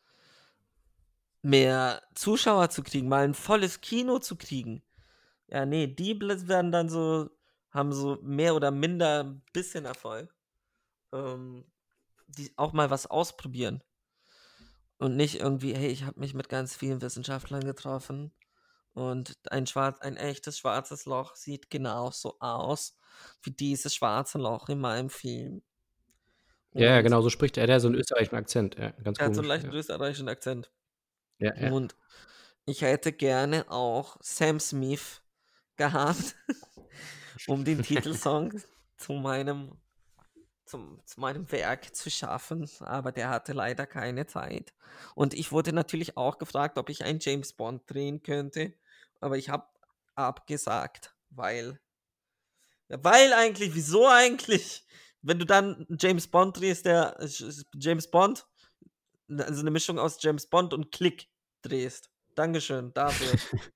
mehr Zuschauer zu kriegen, mal ein volles Kino zu kriegen. Ja, nee, die Blitz werden dann so, haben so mehr oder minder ein bisschen Erfolg. Ähm, die auch mal was ausprobieren. Und nicht irgendwie, hey, ich habe mich mit ganz vielen Wissenschaftlern getroffen und ein, schwarz, ein echtes schwarzes Loch sieht genauso aus wie dieses schwarze Loch in meinem Film.
Ja, ja,
Und
genau, so spricht er. Der hat so einen österreichischen Akzent. Ja, ganz
er hat so einen
komisch.
leicht
Ja,
österreichischen Akzent.
ja. ja.
Und ich hätte gerne auch Sam Smith gehabt, um den Titelsong zu meinem, zum, zu meinem Werk zu schaffen. Aber der hatte leider keine Zeit. Und ich wurde natürlich auch gefragt, ob ich einen James Bond drehen könnte. Aber ich habe abgesagt, weil. Ja, weil eigentlich, wieso eigentlich? Wenn du dann einen James Bond drehst, der äh, James Bond, also eine Mischung aus James Bond und Klick drehst. Dankeschön dafür.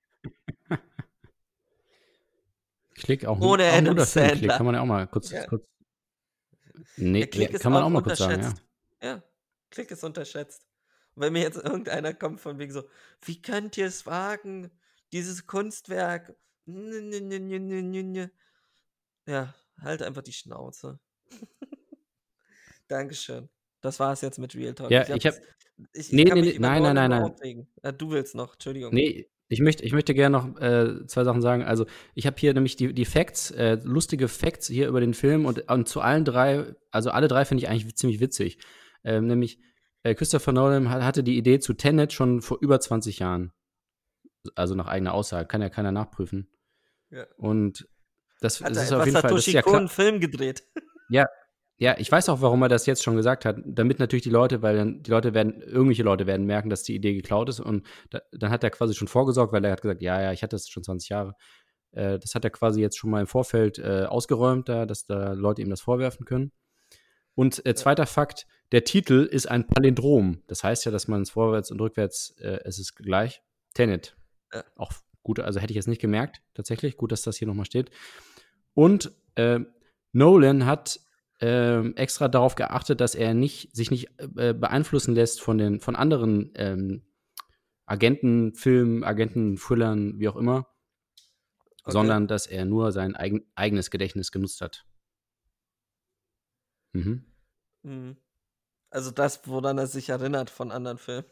Klick, auch ein,
Ohne
auch ein
Adam
guter Film. Klick, kann
Sandler.
man ja auch mal kurz.
Ja.
kurz
Ja,
nee,
Klick
ja,
ist
kann man
auch
auch mal kurz sagen, ja.
unterschätzt. Ja, Klick ist unterschätzt. Und wenn mir jetzt irgendeiner kommt von wegen so, wie könnt ihr es wagen, dieses Kunstwerk? Nö, nö, nö, nö, nö, nö, nö. Ja, halt einfach die Schnauze. Dankeschön. Das war es jetzt mit Real Talk.
Ja,
Ich,
ich habe.
hab's, ich, ich
Nee,
kann
nee,
mich
nee,
über
nein, nein,
Nolan
nein,
nur
nein.
aufregen. Ja, du willst noch, Entschuldigung.
Nee, ich möchte, ich möchte gerne noch äh, zwei Sachen sagen. Also, ich habe hier nämlich die, die Facts, äh, lustige Facts hier über den Film und, und zu allen drei, also alle drei finde ich eigentlich ziemlich witzig. Ähm, nämlich, äh, Christopher Nolan hat, hatte die Idee zu Tenet schon vor über zwanzig Jahren. Also nach eigener Aussage. Kann ja keiner nachprüfen.
Ja.
Und das,
Hat
das
er
ist auf
etwa
jeden Fall, das ist
Satoshi
ja
Kon
klar.
einen Film gedreht?
Ja, ja, ich weiß auch, warum er das jetzt schon gesagt hat. Damit natürlich die Leute, weil dann die Leute werden, irgendwelche Leute werden merken, dass die Idee geklaut ist. Und da, dann hat er quasi schon vorgesorgt, weil er hat gesagt, ja, ja, ich hatte das schon zwanzig Jahre. Äh, das hat er quasi jetzt schon mal im Vorfeld äh, ausgeräumt, da, dass da Leute ihm das vorwerfen können. Und äh, zweiter Fakt, der Titel ist ein Palindrom. Das heißt ja, dass man es vorwärts und rückwärts, äh, es ist gleich. Tenet.
Ja.
Auch gut, also hätte ich jetzt nicht gemerkt, tatsächlich. Gut, dass das hier nochmal steht. Und äh, Nolan hat äh, extra darauf geachtet, dass er nicht, sich nicht äh, beeinflussen lässt von den von anderen ähm, Agentenfilmen, Agenten-Thrillern, wie auch immer,
Okay.
sondern dass er nur sein eigen, eigenes Gedächtnis genutzt hat. Mhm.
Mhm. Also das, woran er sich erinnert von anderen Filmen.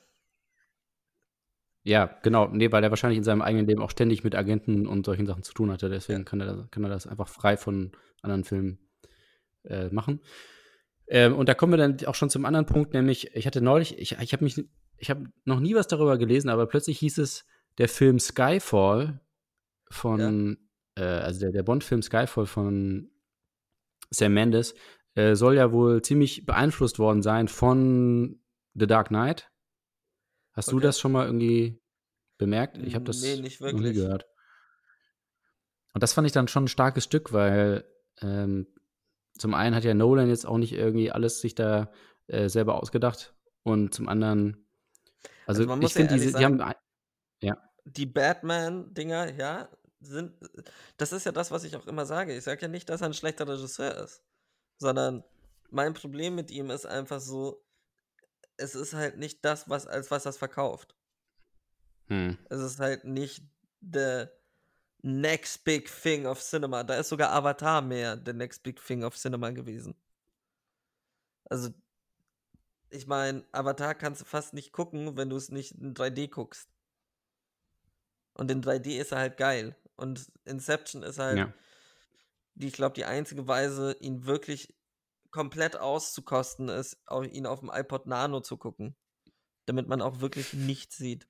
Ja, genau. Nee, weil er wahrscheinlich in seinem eigenen Leben auch ständig mit Agenten und solchen Sachen zu tun hatte. Deswegen
Ja.
kann, er das, kann er das einfach frei von anderen Filmen äh, machen. Ähm, und da kommen wir dann auch schon zum anderen Punkt, nämlich, ich hatte neulich, ich, ich habe mich, ich habe noch nie was darüber gelesen, aber plötzlich hieß es, der Film Skyfall von, äh, also der, der Bond-Film Skyfall von Sam Mendes, äh, soll ja wohl ziemlich beeinflusst worden sein von The Dark Knight. Hast du
Okay.
das schon mal irgendwie bemerkt? Ich habe das
Nee, nicht
noch nie
wirklich.
gehört. Und das fand ich dann schon ein starkes Stück, weil ähm, zum einen hat ja Nolan jetzt auch nicht irgendwie alles sich da äh, selber ausgedacht und zum anderen, also,
Also man
ich
muss ja
finde
ehrlich
diese, die haben,
sagen,
ein- ja,
die Batman-Dinger, ja, sind, das ist ja das, was ich auch immer sage. Ich sage ja nicht, dass er ein schlechter Regisseur ist, sondern mein Problem mit ihm ist einfach so, es ist halt nicht das, was als was das verkauft.
hm,
Es ist halt nicht the next big thing of cinema. Da ist sogar Avatar mehr the next big thing of cinema gewesen. Also, ich meine, Avatar kannst du fast nicht gucken, wenn du es nicht in drei D guckst. Und in drei D ist er halt geil. Und Inception ist halt
ja,
die, ich glaube, die einzige Weise, ihn wirklich komplett auszukosten, ist, au- ihn auf dem iPod Nano zu gucken. Damit man auch wirklich nichts sieht.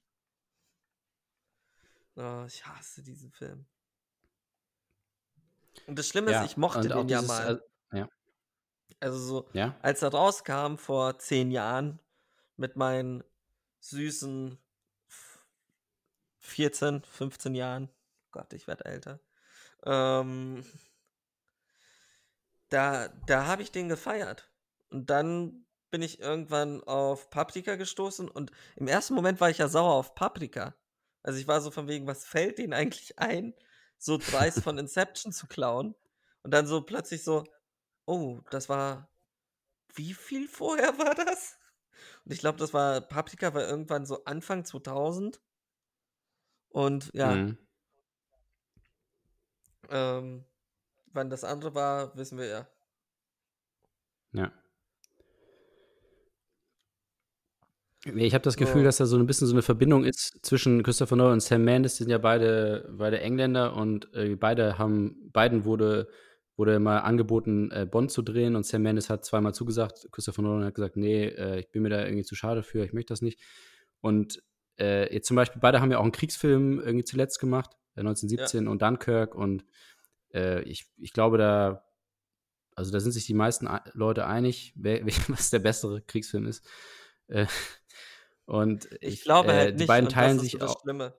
Oh, ich hasse diesen Film. Und das Schlimme ist,
Ja,
ich mochte
und auch
den ja
dieses,
mal.
äh, ja,
Also so,
ja,
als er rauskam vor zehn Jahren mit meinen süßen f- vierzehn, fünfzehn Jahren. Gott, ich werde älter. Ähm, da da habe ich den gefeiert. Und dann bin ich irgendwann auf Paprika gestoßen und im ersten Moment war ich ja sauer auf Paprika. Also ich war so von wegen, was fällt denen eigentlich ein, so dreist von Inception zu klauen? Und dann so plötzlich so, oh, das war, wie viel vorher war das? Und ich glaube, das war, Paprika war irgendwann so Anfang zweitausend. Und ja,
mhm.
ähm, wann das andere war, wissen wir ja.
Ja. Nee, ich habe das Gefühl,
So,
dass da so ein bisschen so eine Verbindung ist zwischen Christopher Nolan und Sam Mendes. Die sind ja beide, beide Engländer und äh, beide haben, beiden wurde, wurde mal angeboten, äh, Bond zu drehen und Sam Mendes hat zweimal zugesagt. Christopher Nolan hat gesagt, nee, äh, ich bin mir da irgendwie zu schade für, ich möchte das nicht. Und äh, jetzt zum Beispiel, beide haben ja auch einen Kriegsfilm irgendwie zuletzt gemacht, äh,
ja.
neunzehnhundertsiebzehn und Dunkirk und äh, ich, ich glaube, da, also da sind sich die meisten A- Leute einig, wer, was der bessere Kriegsfilm ist. Äh, und
Ich
ich,
glaube
äh,
halt
die
nicht,
beiden
und das
teilen
ist so
sich
das
auch.
Schlimme.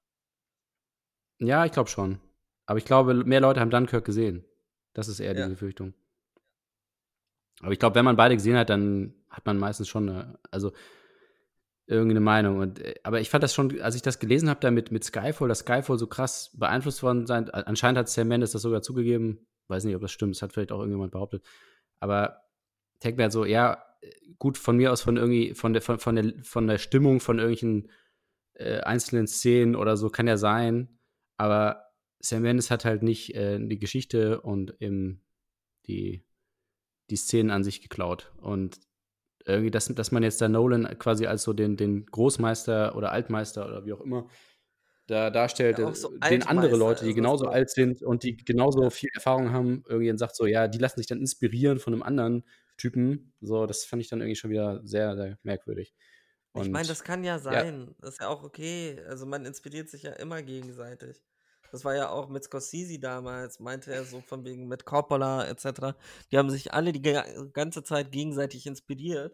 Ja, ich glaube schon. Aber ich glaube, mehr Leute haben Dunkirk gesehen. Das ist eher die
Ja.
Befürchtung. Aber ich glaube, wenn man beide gesehen hat, dann hat man meistens schon eine, also irgendeine Meinung. Und, äh, aber ich fand das schon, als ich das gelesen habe, da mit, mit Skyfall, dass Skyfall so krass beeinflusst worden sein. a- Anscheinend hat Sam Mendes das sogar zugegeben. Weiß nicht, ob das stimmt. Das hat vielleicht auch irgendjemand behauptet. Aber ich denke mir halt so, ja, gut, von mir aus von irgendwie, von der, von, von der, von der Stimmung von irgendwelchen äh, einzelnen Szenen oder so kann ja sein. Aber Sam Mendes hat halt nicht äh, die Geschichte und eben die, die Szenen an sich geklaut. Und irgendwie, dass, dass man jetzt da Nolan quasi als so den, den Großmeister oder Altmeister oder wie auch immer da darstellt,
Ja,
äh,
auch so
den andere
Altmeister
Leute, die
ist es
genauso
so.
alt sind und die genauso
Ja.
viel Erfahrung haben, irgendwie dann sagt so, ja, die lassen sich dann inspirieren von einem anderen Typen. So, das fand ich dann irgendwie schon wieder sehr, sehr merkwürdig.
Ich meine,
Und
das kann ja
ja,
sein. Das ist ja auch okay. Also man inspiriert sich ja immer gegenseitig. Das war ja auch mit Scorsese damals, meinte er so von wegen mit Coppola et cetera. Die haben sich alle die ga- ganze Zeit gegenseitig inspiriert,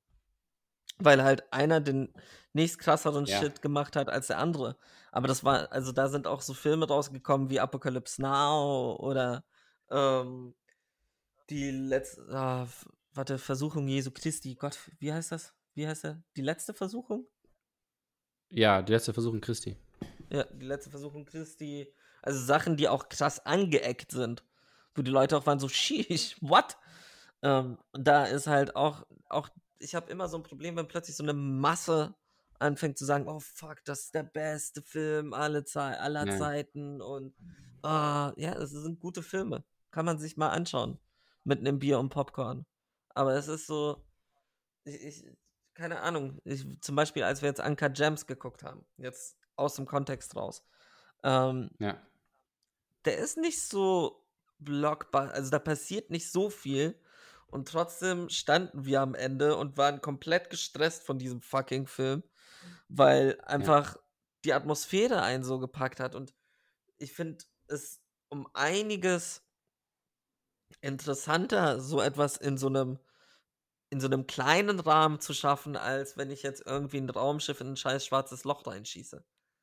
weil halt einer den nächst krasseren
ja,
Shit gemacht hat als der andere. Aber das war, also da sind auch so Filme rausgekommen wie Apocalypse Now oder ähm, die letzte, ah, f- warte, Versuchung Jesu Christi. Gott, wie heißt das? Wie heißt er? Die letzte Versuchung?
ja, die letzte Versuch in Christi.
Ja, die letzte Versuchung Christi. Also Sachen, die auch krass angeeckt sind. Wo die Leute auch waren so, sheesh, what? Ähm, und da ist halt auch, auch ich habe immer so ein Problem, wenn plötzlich so eine Masse anfängt zu sagen, oh fuck, das ist der beste Film alle Zei aller
Ja,
Zeiten und ah, ja, es sind gute Filme. Kann man sich mal anschauen. Mit einem Bier und Popcorn. Aber es ist so, ich, ich keine Ahnung, ich, zum Beispiel, als wir jetzt Uncut Gems geguckt haben, jetzt aus dem Kontext raus, ähm,
ja,
der ist nicht so blockbar, also da passiert nicht so viel und trotzdem standen wir am Ende und waren komplett gestresst von diesem fucking Film, weil
ja,
einfach die Atmosphäre einen so gepackt hat und ich finde es um einiges interessanter, so etwas in so einem in so einem kleinen Rahmen zu schaffen, als wenn ich jetzt irgendwie ein Raumschiff in ein scheiß schwarzes Loch reinschieße.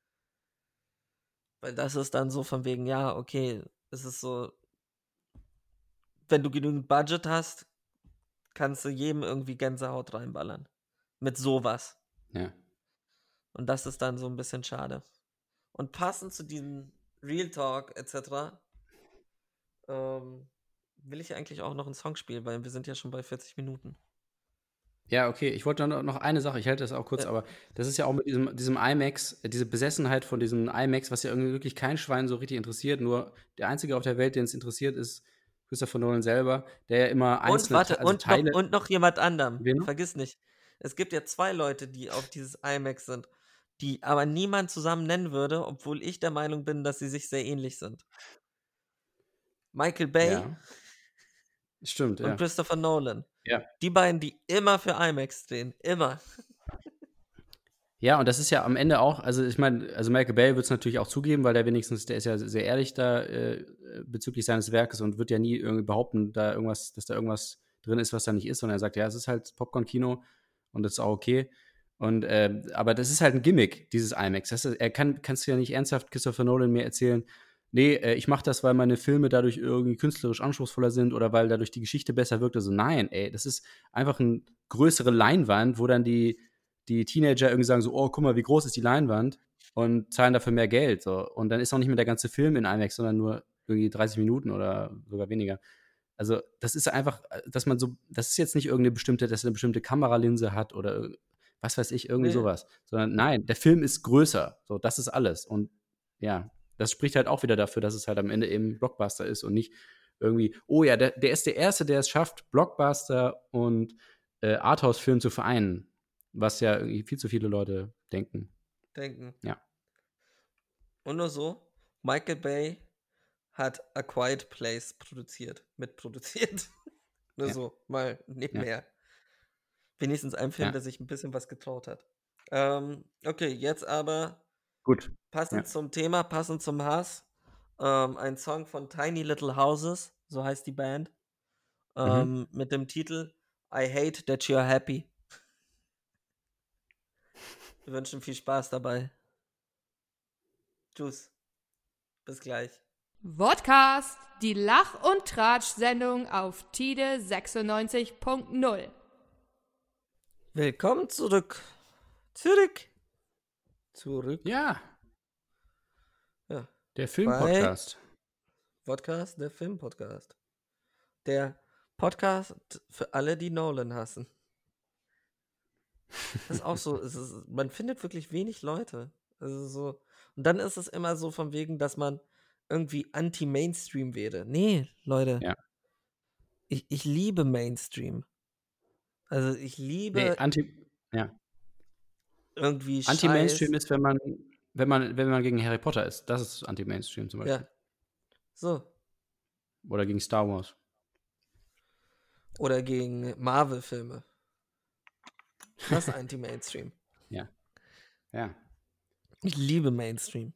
Weil das ist dann so von wegen, ja, okay, es ist so, wenn du genügend Budget hast, kannst du jedem irgendwie Gänsehaut reinballern. Mit sowas.
ja.
Und das ist dann so ein bisschen schade. Und passend zu diesem Real Talk et cetera ähm, will ich eigentlich auch noch einen Song spielen, weil wir sind ja schon bei vierzig Minuten.
Ja, okay, ich wollte noch noch eine Sache, ich halte das auch kurz,
Ja.
aber das ist ja auch mit diesem, diesem IMAX, äh, diese Besessenheit von diesem IMAX, was ja irgendwie wirklich kein Schwein so richtig interessiert, nur der Einzige auf der Welt, den es interessiert, ist Christopher Nolan selber, der ja immer
Und
einzelne,
warte,
Te also
und noch,
Teile.
und noch jemand anderem.
Wen noch?
Vergiss nicht. Es gibt ja zwei Leute, die auf dieses IMAX sind, die aber niemand zusammen nennen würde, obwohl ich der Meinung bin, dass sie sich sehr ähnlich sind. Michael Bay
Ja. Stimmt,
und
ja.
Christopher Nolan.
Ja.
Die beiden, die immer für IMAX drehen. Immer.
Ja, und das ist ja am Ende auch, also ich meine, also Michael Bay wird es natürlich auch zugeben, weil der wenigstens, der ist ja sehr ehrlich da äh, bezüglich seines Werkes und wird ja nie irgendwie behaupten, da irgendwas, dass da irgendwas drin ist, was da nicht ist, sondern er sagt, ja, es ist halt Popcorn-Kino und das ist auch okay. Und äh, aber das ist halt ein Gimmick, dieses IMAX. Das ist, er kann, kannst du ja nicht ernsthaft Christopher Nolan mir erzählen, nee, äh, ich mache das, weil meine Filme dadurch irgendwie künstlerisch anspruchsvoller sind oder weil dadurch die Geschichte besser wirkt. Also nein, ey, das ist einfach eine größere Leinwand, wo dann die die Teenager irgendwie sagen so, oh, guck mal, wie groß ist die Leinwand und zahlen dafür mehr Geld. So. Und dann ist auch nicht mehr der ganze Film in IMAX, sondern nur irgendwie dreißig Minuten oder sogar weniger. Also das ist einfach, dass man so, das ist jetzt nicht irgendeine bestimmte, dass er eine bestimmte Kameralinse hat oder was weiß ich, irgendwie
Nee.
sowas. Sondern nein, der Film ist größer. So, das ist alles. Und ja, das spricht halt auch wieder dafür, dass es halt am Ende eben Blockbuster ist und nicht irgendwie, oh ja, der, der ist der Erste, der es schafft, Blockbuster und äh, Arthouse-Film zu vereinen. Was ja irgendwie viel zu viele Leute denken.
Denken.
Ja.
Und nur so, Michael Bay hat A Quiet Place produziert, mitproduziert. nur
Ja.
so, mal nebenher.
Ja.
Wenigstens ein Film,
Ja.
der sich ein bisschen was getraut hat. Ähm, okay, jetzt aber
Gut.
passend
Ja.
zum Thema, passend zum Hass. Ähm, ein Song von Tiny Little Houses, so heißt die Band. Ähm,
Mhm.
mit dem Titel I Hate That You're Happy. Wir wünschen viel Spaß dabei. Tschüss. Bis gleich.
Vodcast, die Lach- und Tratsch-Sendung auf Tide sechsundneunzig Punkt null.
Willkommen zurück. Zurück. Zurück.
Ja.
Ja.
Der Filmpodcast.
Podcast, der Filmpodcast. Der Podcast für alle, die Nolan hassen. Das ist auch so, es ist, man findet wirklich wenig Leute. Also so, und dann ist es immer so von wegen, dass man irgendwie anti-Mainstream wäre. Nee, Leute.
Ja.
Ich, ich liebe Mainstream. Also ich liebe
Nee, Anti, ja.
irgendwie Scheiß.
Anti-Mainstream ist, wenn man, wenn man, wenn man gegen Harry Potter ist. Das ist Anti-Mainstream zum Beispiel.
Ja. So.
Oder gegen Star Wars.
Oder gegen Marvel-Filme. Das ist Anti-Mainstream.
Ja. Ja.
Ich liebe Mainstream.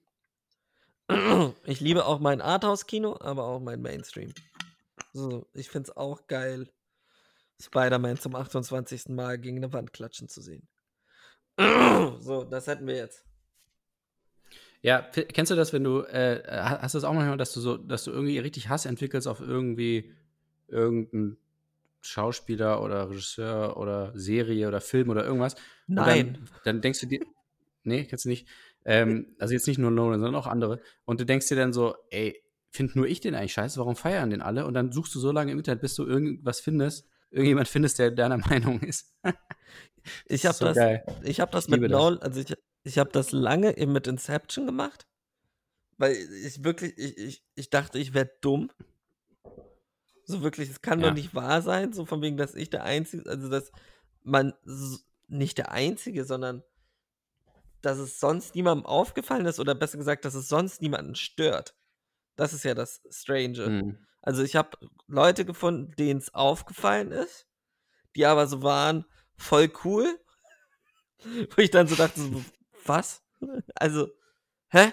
Ich liebe auch mein Arthouse-Kino, aber auch mein Mainstream. So, ich find's auch geil, Spider-Man zum achtundzwanzigsten Mal gegen eine Wand klatschen zu sehen. So, das hätten wir jetzt.
Ja, f- kennst du das, wenn du, äh, ha- hast du das auch manchmal, dass du so, dass du irgendwie richtig Hass entwickelst auf irgendwie irgendeinen Schauspieler oder Regisseur oder Serie oder Film oder irgendwas? Und
Nein.
Dann, dann denkst du dir, nee, kennst du nicht. Ähm, also jetzt nicht nur Nolan, sondern auch andere. Und du denkst dir dann so, ey, find nur ich den eigentlich scheiße, warum feiern den alle? Und dann suchst du so lange im Internet, bis du irgendwas findest, irgendjemand findest, der deiner Meinung ist.
Ich habe
so
das,
geil.
ich habe das
Ich
mit
liebe das.
Nolan, also ich, ich habe das lange eben mit Inception gemacht, weil ich wirklich, ich, ich, ich dachte, ich wäre dumm. So wirklich, es kann
Ja.
doch nicht wahr sein, so von wegen, dass ich der Einzige, also dass man s- nicht der Einzige, sondern dass es sonst niemandem aufgefallen ist oder besser gesagt, dass es sonst niemanden stört. Das ist ja das Strange.
Hm.
Also ich habe Leute gefunden, denen es aufgefallen ist, die aber so waren, voll cool. Wo ich dann so dachte, so, was? Also, hä?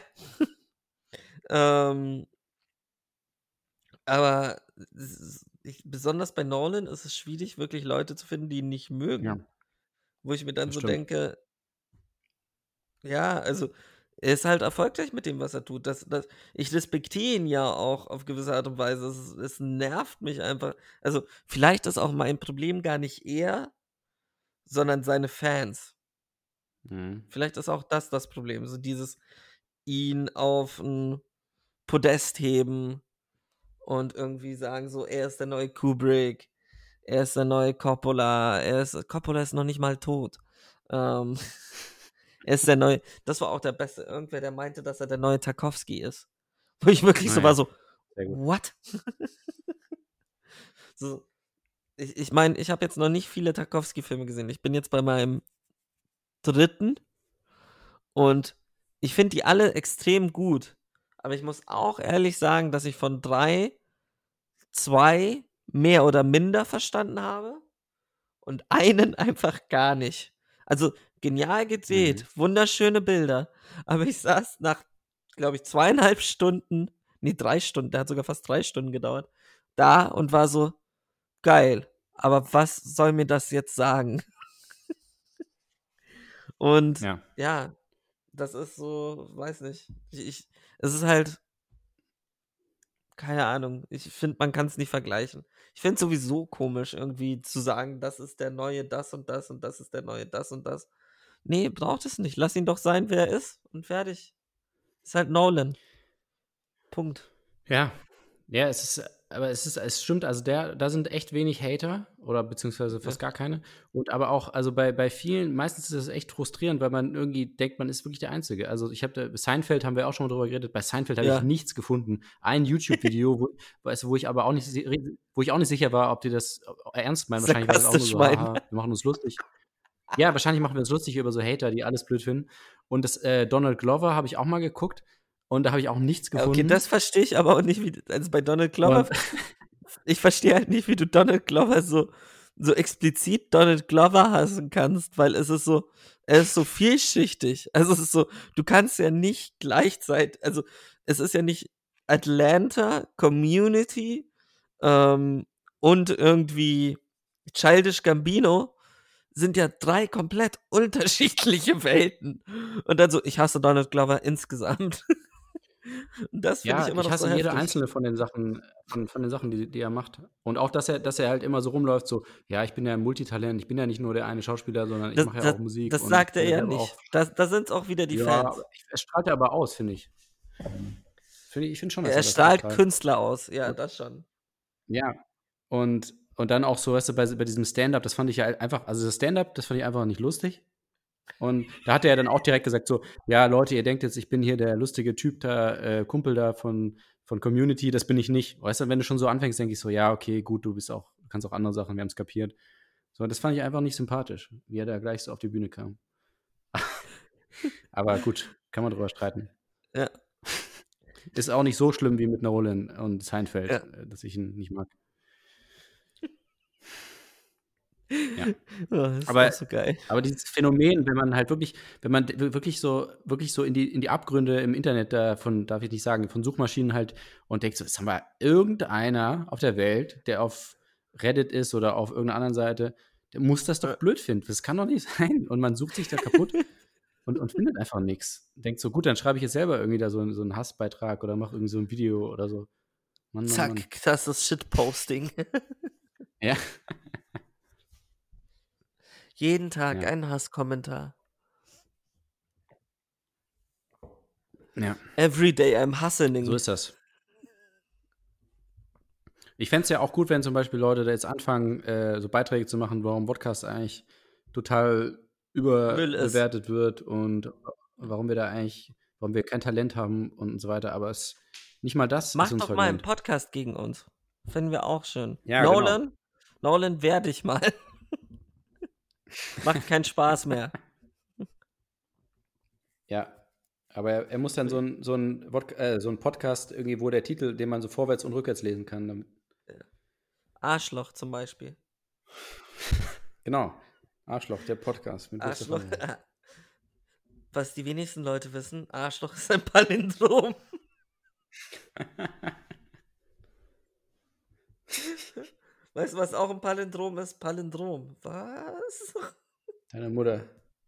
ähm, aber es ist- ich, besonders bei Nolan ist es schwierig, wirklich Leute zu finden, die ihn nicht mögen.
Ja.
Wo ich mir dann
Das
so
stimmt.
denke, ja, also er ist halt erfolgreich mit dem, was er tut. Das, das, ich respektiere ihn ja auch auf gewisse Art und Weise. Es, es nervt mich einfach. Also vielleicht ist auch mein Problem gar nicht er, sondern seine Fans.
Hm.
Vielleicht ist auch das das Problem. So dieses ihn auf ein Podest heben und irgendwie sagen so, er ist der neue Kubrick, er ist der neue Coppola, er ist, Coppola ist noch nicht mal tot. Ähm, er ist der neue, das war auch der Beste. Irgendwer, der meinte, dass er der neue Tarkovsky ist. Wo ich wirklich so
Naja,
war so,
sehr gut.
what? so, ich ich meine, ich habe jetzt noch nicht viele Tarkovsky-Filme gesehen. Ich bin jetzt bei meinem dritten und ich finde die alle extrem gut. Aber ich muss auch ehrlich sagen, dass ich von drei zwei mehr oder minder verstanden habe und einen einfach gar nicht. Also genial gedreht,
Mhm.
wunderschöne Bilder, aber ich saß nach, glaube ich, zweieinhalb Stunden, nee, drei Stunden, der hat sogar fast drei Stunden gedauert, da und war so, geil, aber was soll mir das jetzt sagen? Und
Ja.
ja, das ist so, weiß nicht, ich, ich es ist halt, keine Ahnung, ich finde, man kann es nicht vergleichen. Ich finde es sowieso komisch, irgendwie zu sagen, das ist der neue das und das und das ist der neue das und das. Nee, braucht es nicht. Lass ihn doch sein, wer er ist und fertig. Ist halt Nolan. Punkt.
Ja. Ja, es ist, aber es ist, es stimmt, also der, da sind echt wenig Hater oder beziehungsweise fast
Ja.
gar keine. Und aber auch, also bei, bei vielen, meistens ist das echt frustrierend, weil man irgendwie denkt, man ist wirklich der Einzige. Also ich habe da, Seinfeld haben wir auch schon mal drüber geredet, bei Seinfeld habe ich
Ja.
nichts gefunden. Ein YouTube-Video, wo, weißt du, wo ich aber auch nicht, si- wo ich auch nicht sicher war, ob die das ernst meinen. Wahrscheinlich war das auch nur so,
Sarkastisch meinen.
haha, wir machen uns lustig. Ja, wahrscheinlich machen wir uns lustig über so Hater, die alles blöd finden. Und das äh, Donald Glover habe ich auch mal geguckt und da habe ich auch nichts
Ja,
gefunden.
okay, das verstehe ich aber auch nicht, wie, also bei Donald Glover,
Und-
ich verstehe halt nicht, wie du Donald Glover so, so explizit Donald Glover hassen kannst, weil es ist so, er ist so vielschichtig. Also es ist so, du kannst ja nicht gleichzeitig, also es ist ja nicht Atlanta, Community ähm, und irgendwie Childish Gambino sind ja drei komplett unterschiedliche Welten. Und dann so, ich hasse Donald Glover insgesamt. Und das finde ich
Ja,
immer
ich
noch so
hasse jede
heftig.
einzelne von den Sachen, von, von den Sachen, die, die er macht. Und auch, dass er, dass er halt immer so rumläuft, so, ja, ich bin ja ein Multitalent, ich bin ja nicht nur der eine Schauspieler, sondern ich
Das,
mache ja
das,
auch Musik.
das
und
sagt
ich
er
bin
ja
aber
nicht.
auch,
Da, da sind es auch wieder die
ja,
Fans.
ich, er strahlt er aber aus, finde ich. Finde ich, ich finde schon, dass
Er
er das
strahlt
ausstrahlt.
Künstler aus, ja,
Und,
das schon.
ja, und, und dann auch so, weißt du, bei, bei diesem Stand-Up, das fand ich ja einfach, also das Stand-Up, das fand ich einfach nicht lustig. Und da hat er dann auch direkt gesagt so, ja, Leute, ihr denkt jetzt, ich bin hier der lustige Typ da, äh, Kumpel da von, von Community, das bin ich nicht. Weißt du, wenn du schon so anfängst, denke ich so, ja, okay, gut, du bist auch, du kannst auch andere Sachen, wir haben es kapiert. So, das fand ich einfach nicht sympathisch, wie er da gleich so auf die Bühne kam. Aber gut, kann man drüber streiten.
Ja.
Ist auch nicht so schlimm wie mit Nolan und Seinfeld,
Ja.
äh, dass ich ihn nicht mag. Ja.
Oh, das ist
Aber-
auch so geil.
Aber dieses Phänomen, wenn man halt wirklich, wenn man d- wirklich so, wirklich so in die, in die Abgründe im Internet davon, darf ich nicht sagen, von Suchmaschinen halt und denkt so, jetzt haben wir irgendeiner auf der Welt, der auf Reddit ist oder auf irgendeiner anderen Seite, der muss das doch
Ja.
blöd finden. Das kann doch nicht sein. Und man sucht sich da kaputt und, und findet einfach nichts. Denkt so, gut, dann schreibe ich jetzt selber irgendwie da so, so einen Hassbeitrag oder mache irgendwie so ein Video oder so. Mann, Mann,
Zack,
Mann.
das ist Shitposting.
Ja.
Jeden Tag
Ja.
ein Hasskommentar.
Ja.
Every day I'm hustling.
So ist das. Ich fände es ja auch gut, wenn zum Beispiel Leute da jetzt anfangen, äh, so Beiträge zu machen, warum Podcast eigentlich total
Müll ist.
überbewertet wird und warum wir da eigentlich, warum wir kein Talent haben und so weiter. Aber es nicht mal das
Mach
ist uns
doch mal einen
vergönnt.
Podcast gegen uns. Finden wir auch schön.
Ja,
Nolan, Nolan, wehr dich mal. Macht keinen Spaß mehr.
Ja. Aber er, er muss dann so ein, so, ein Wod- äh, so ein Podcast irgendwie, wo der Titel, den man so vorwärts und rückwärts lesen kann. Damit,
Arschloch zum Beispiel.
genau. Arschloch, der Podcast. Mit Gustav
Arschloch.
Heinemann.
Was die wenigsten Leute wissen, Arschloch ist ein Palindrom. Weißt du, was auch ein Palindrom ist? Palindrom. Was?
Deine Mutter.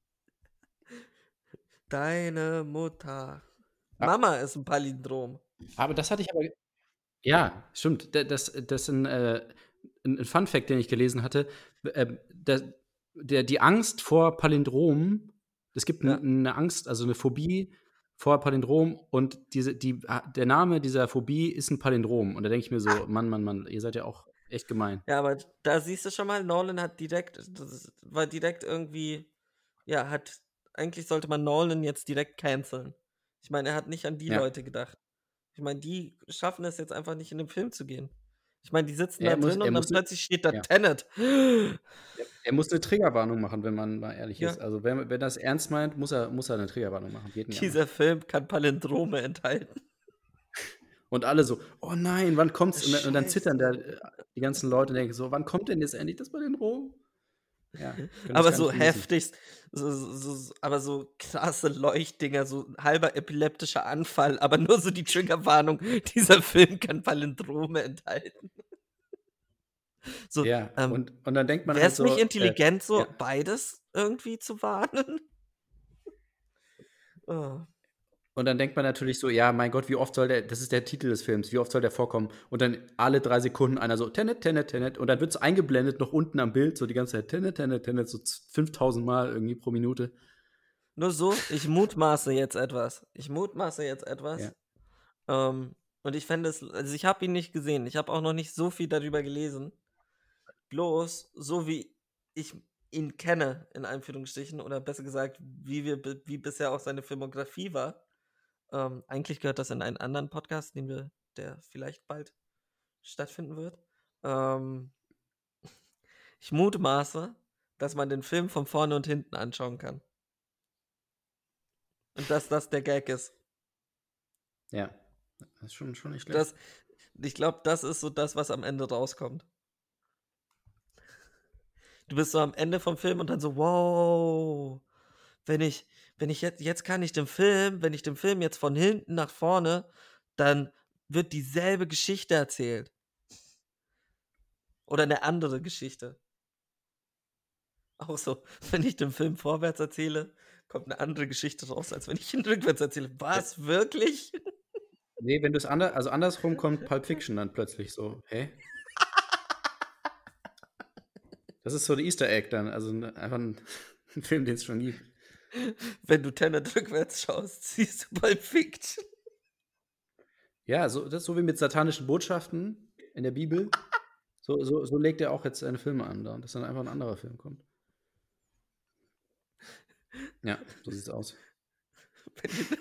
Deine Mutter.
Ah.
Mama ist ein Palindrom.
Aber das hatte ich aber. Ja, stimmt. Da- Das, das ist ein, äh, ein ein Fun-Fact, den ich gelesen hatte. Äh, der, der, die Angst vor Palindrom, es gibt
Ja.
n- eine Angst, also eine Phobie vor Palindrom und diese, die, der Name dieser Phobie ist ein Palindrom. Und da denke ich mir so, Mann, Mann, Mann, ihr seid ja auch echt gemein.
Ja, aber da siehst du schon mal, Nolan hat direkt, das war direkt irgendwie, ja, hat, eigentlich sollte man Nolan jetzt direkt canceln. Ich meine, er hat nicht an die
Ja.
Leute gedacht. Ich meine, die schaffen es jetzt einfach nicht in den Film zu gehen. Ich meine, die sitzen
Er
da
muss-
drin
er
und dann
muss-
plötzlich steht da
ja.
Tenet.
Er muss eine Triggerwarnung machen, wenn man mal ehrlich
Ja.
ist. Also wenn, wenn das ernst meint, muss er, muss er eine Triggerwarnung machen. Geht nicht anders.
Dieser Film kann Palindrome enthalten.
Und alle so, oh nein, wann kommt's? Und dann, und dann zittern da
Scheiße.
äh, die ganzen Leute und denken so, wann kommt denn jetzt endlich das bei den Drogen? Ja, können das
Aber
gar
so
nicht genießen.
heftig, so, so, so, so- aber so krasse Leuchtdinger, so ein halber epileptischer Anfall, aber nur so die Triggerwarnung, dieser Film kann Palindrome enthalten. So,
Ja,
ähm,
und, und dann denkt man
wäre
halt
es
so,
nicht
äh,
intelligent, so
ja.
beides irgendwie zu warnen? Oh.
Und dann denkt man natürlich so, ja, mein Gott, wie oft soll der, das ist der Titel des Films, wie oft soll der vorkommen? Und dann alle drei Sekunden einer so, Tenet, Tenet, Tenet. Und dann wird es eingeblendet, noch unten am Bild, so die ganze Zeit, Tenet, Tenet, Tenet, so fünftausend Mal irgendwie pro Minute.
Nur so, ich mutmaße jetzt etwas. Ich mutmaße jetzt etwas.
Ja.
Ähm, und ich fände es, also ich habe ihn nicht gesehen. Ich habe auch noch nicht so viel darüber gelesen. Bloß, so wie ich ihn kenne, in Anführungsstrichen, oder besser gesagt, wie wir, bi- wie bisher auch seine Filmografie war. Ähm, eigentlich gehört das in einen anderen Podcast, den wir, der vielleicht bald stattfinden wird. Ähm, ich mutmaße, dass man den Film von vorne und hinten anschauen kann. Und dass das der Gag ist.
Ja, das ist schon, schon nicht schlecht.
Das, ich glaube, das ist so das, was am Ende rauskommt. Du bist so am Ende vom Film und dann so, wow, wenn ich, wenn ich jetzt, jetzt kann ich den Film, wenn ich den Film jetzt von hinten nach vorne, dann wird dieselbe Geschichte erzählt. Oder eine andere Geschichte. Auch so, wenn ich den Film vorwärts erzähle, kommt eine andere Geschichte raus, als wenn ich ihn rückwärts erzähle. Was, wirklich?
Nee, wenn du es anders, also andersrum kommt Pulp Fiction dann plötzlich so, hä? Das ist so der Easter Egg dann, also ne- einfach ein, ein Film, den es schon gibt.
Wenn du Tenet rückwärts schaust, siehst du Pulp Fiction.
Ja, so, das ist so wie mit satanischen Botschaften in der Bibel. So, so, so legt er auch jetzt seine Filme an, da, dass dann einfach ein anderer Film kommt. Ja, so sieht's aus.
Wenn du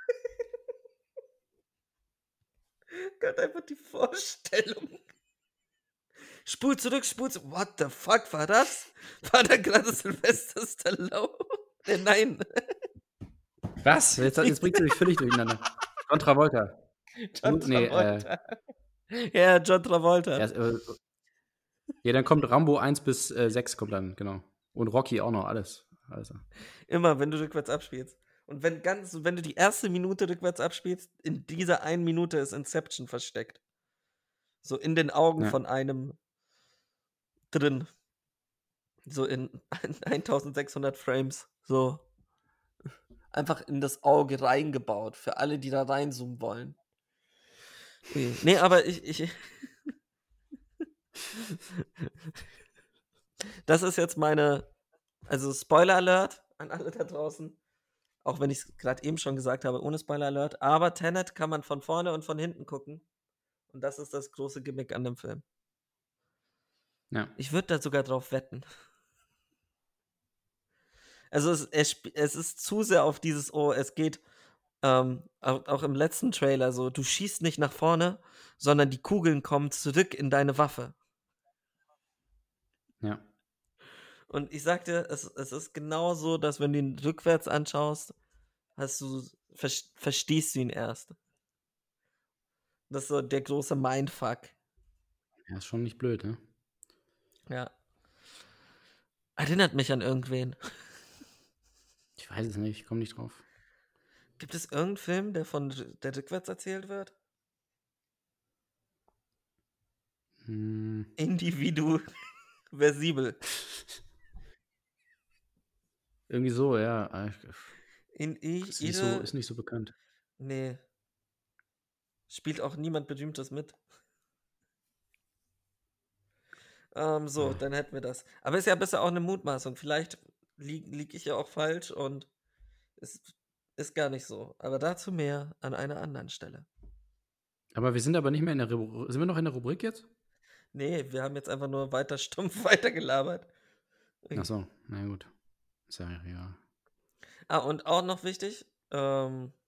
Gott, einfach die Vorstellung. Spul zurück, spul zurück. What the fuck war das? War da gerade Sylvester Stallone? Äh, nein.
Was? Jetzt, jetzt bringst du mich völlig durcheinander. John Travolta.
John
Du- nee, äh,
Travolta. ja, John Travolta.
Ja, äh, ja, dann kommt Rambo eins bis sechs kommt dann, genau. Und Rocky auch noch, alles. alles.
Immer, wenn du rückwärts abspielst. Und wenn ganz, wenn du die erste Minute rückwärts abspielst, in dieser einen Minute ist Inception versteckt. So in den Augen
Ja.
von einem drin. So in eintausendsechshundert Frames. So. Einfach in das Auge reingebaut. Für alle, die da reinzoomen wollen. Okay. Nee, aber ich, ich. Das ist jetzt meine. Also Spoiler Alert an alle da draußen. Auch wenn ich es gerade eben schon gesagt habe, ohne Spoiler Alert. Aber Tenet kann man von vorne und von hinten gucken. Und das ist das große Gimmick an dem Film.
Ja.
Ich würde da sogar drauf wetten. Also es, es, sp- es ist zu sehr auf dieses, oh, es geht ähm, auch, auch im letzten Trailer so, du schießt nicht nach vorne, sondern die Kugeln kommen zurück in deine Waffe.
Ja.
Und ich sagte, es, es ist genau so, dass wenn du ihn rückwärts anschaust, hast du, ver, verstehst du ihn erst. Das ist so der große Mindfuck.
Ja, ist schon nicht blöd, ne?
Ja. Erinnert mich an irgendwen.
Ich weiß es nicht, ich komme nicht drauf.
Gibt es irgendeinen Film, der von der rückwärts erzählt wird?
Hm.
Individuversibel.
Irgendwie so, ja. Ich-
In I,
Ist nicht,
Ide,
so, ist nicht so bekannt.
Nee. Spielt auch niemand Berühmtes mit. Ähm, so, dann hätten wir das. Aber ist ja bisher auch eine Mutmaßung. Vielleicht liege lieg ich ja auch falsch und es ist gar nicht so. Aber dazu mehr an einer anderen Stelle.
Aber wir sind aber nicht mehr in der Rubrik. Sind wir noch in der Rubrik jetzt?
Nee, wir haben jetzt einfach nur weiter stumpf weitergelabert.
Achso, na gut. Ist ja, ja.
Ah, und auch noch wichtig, ähm,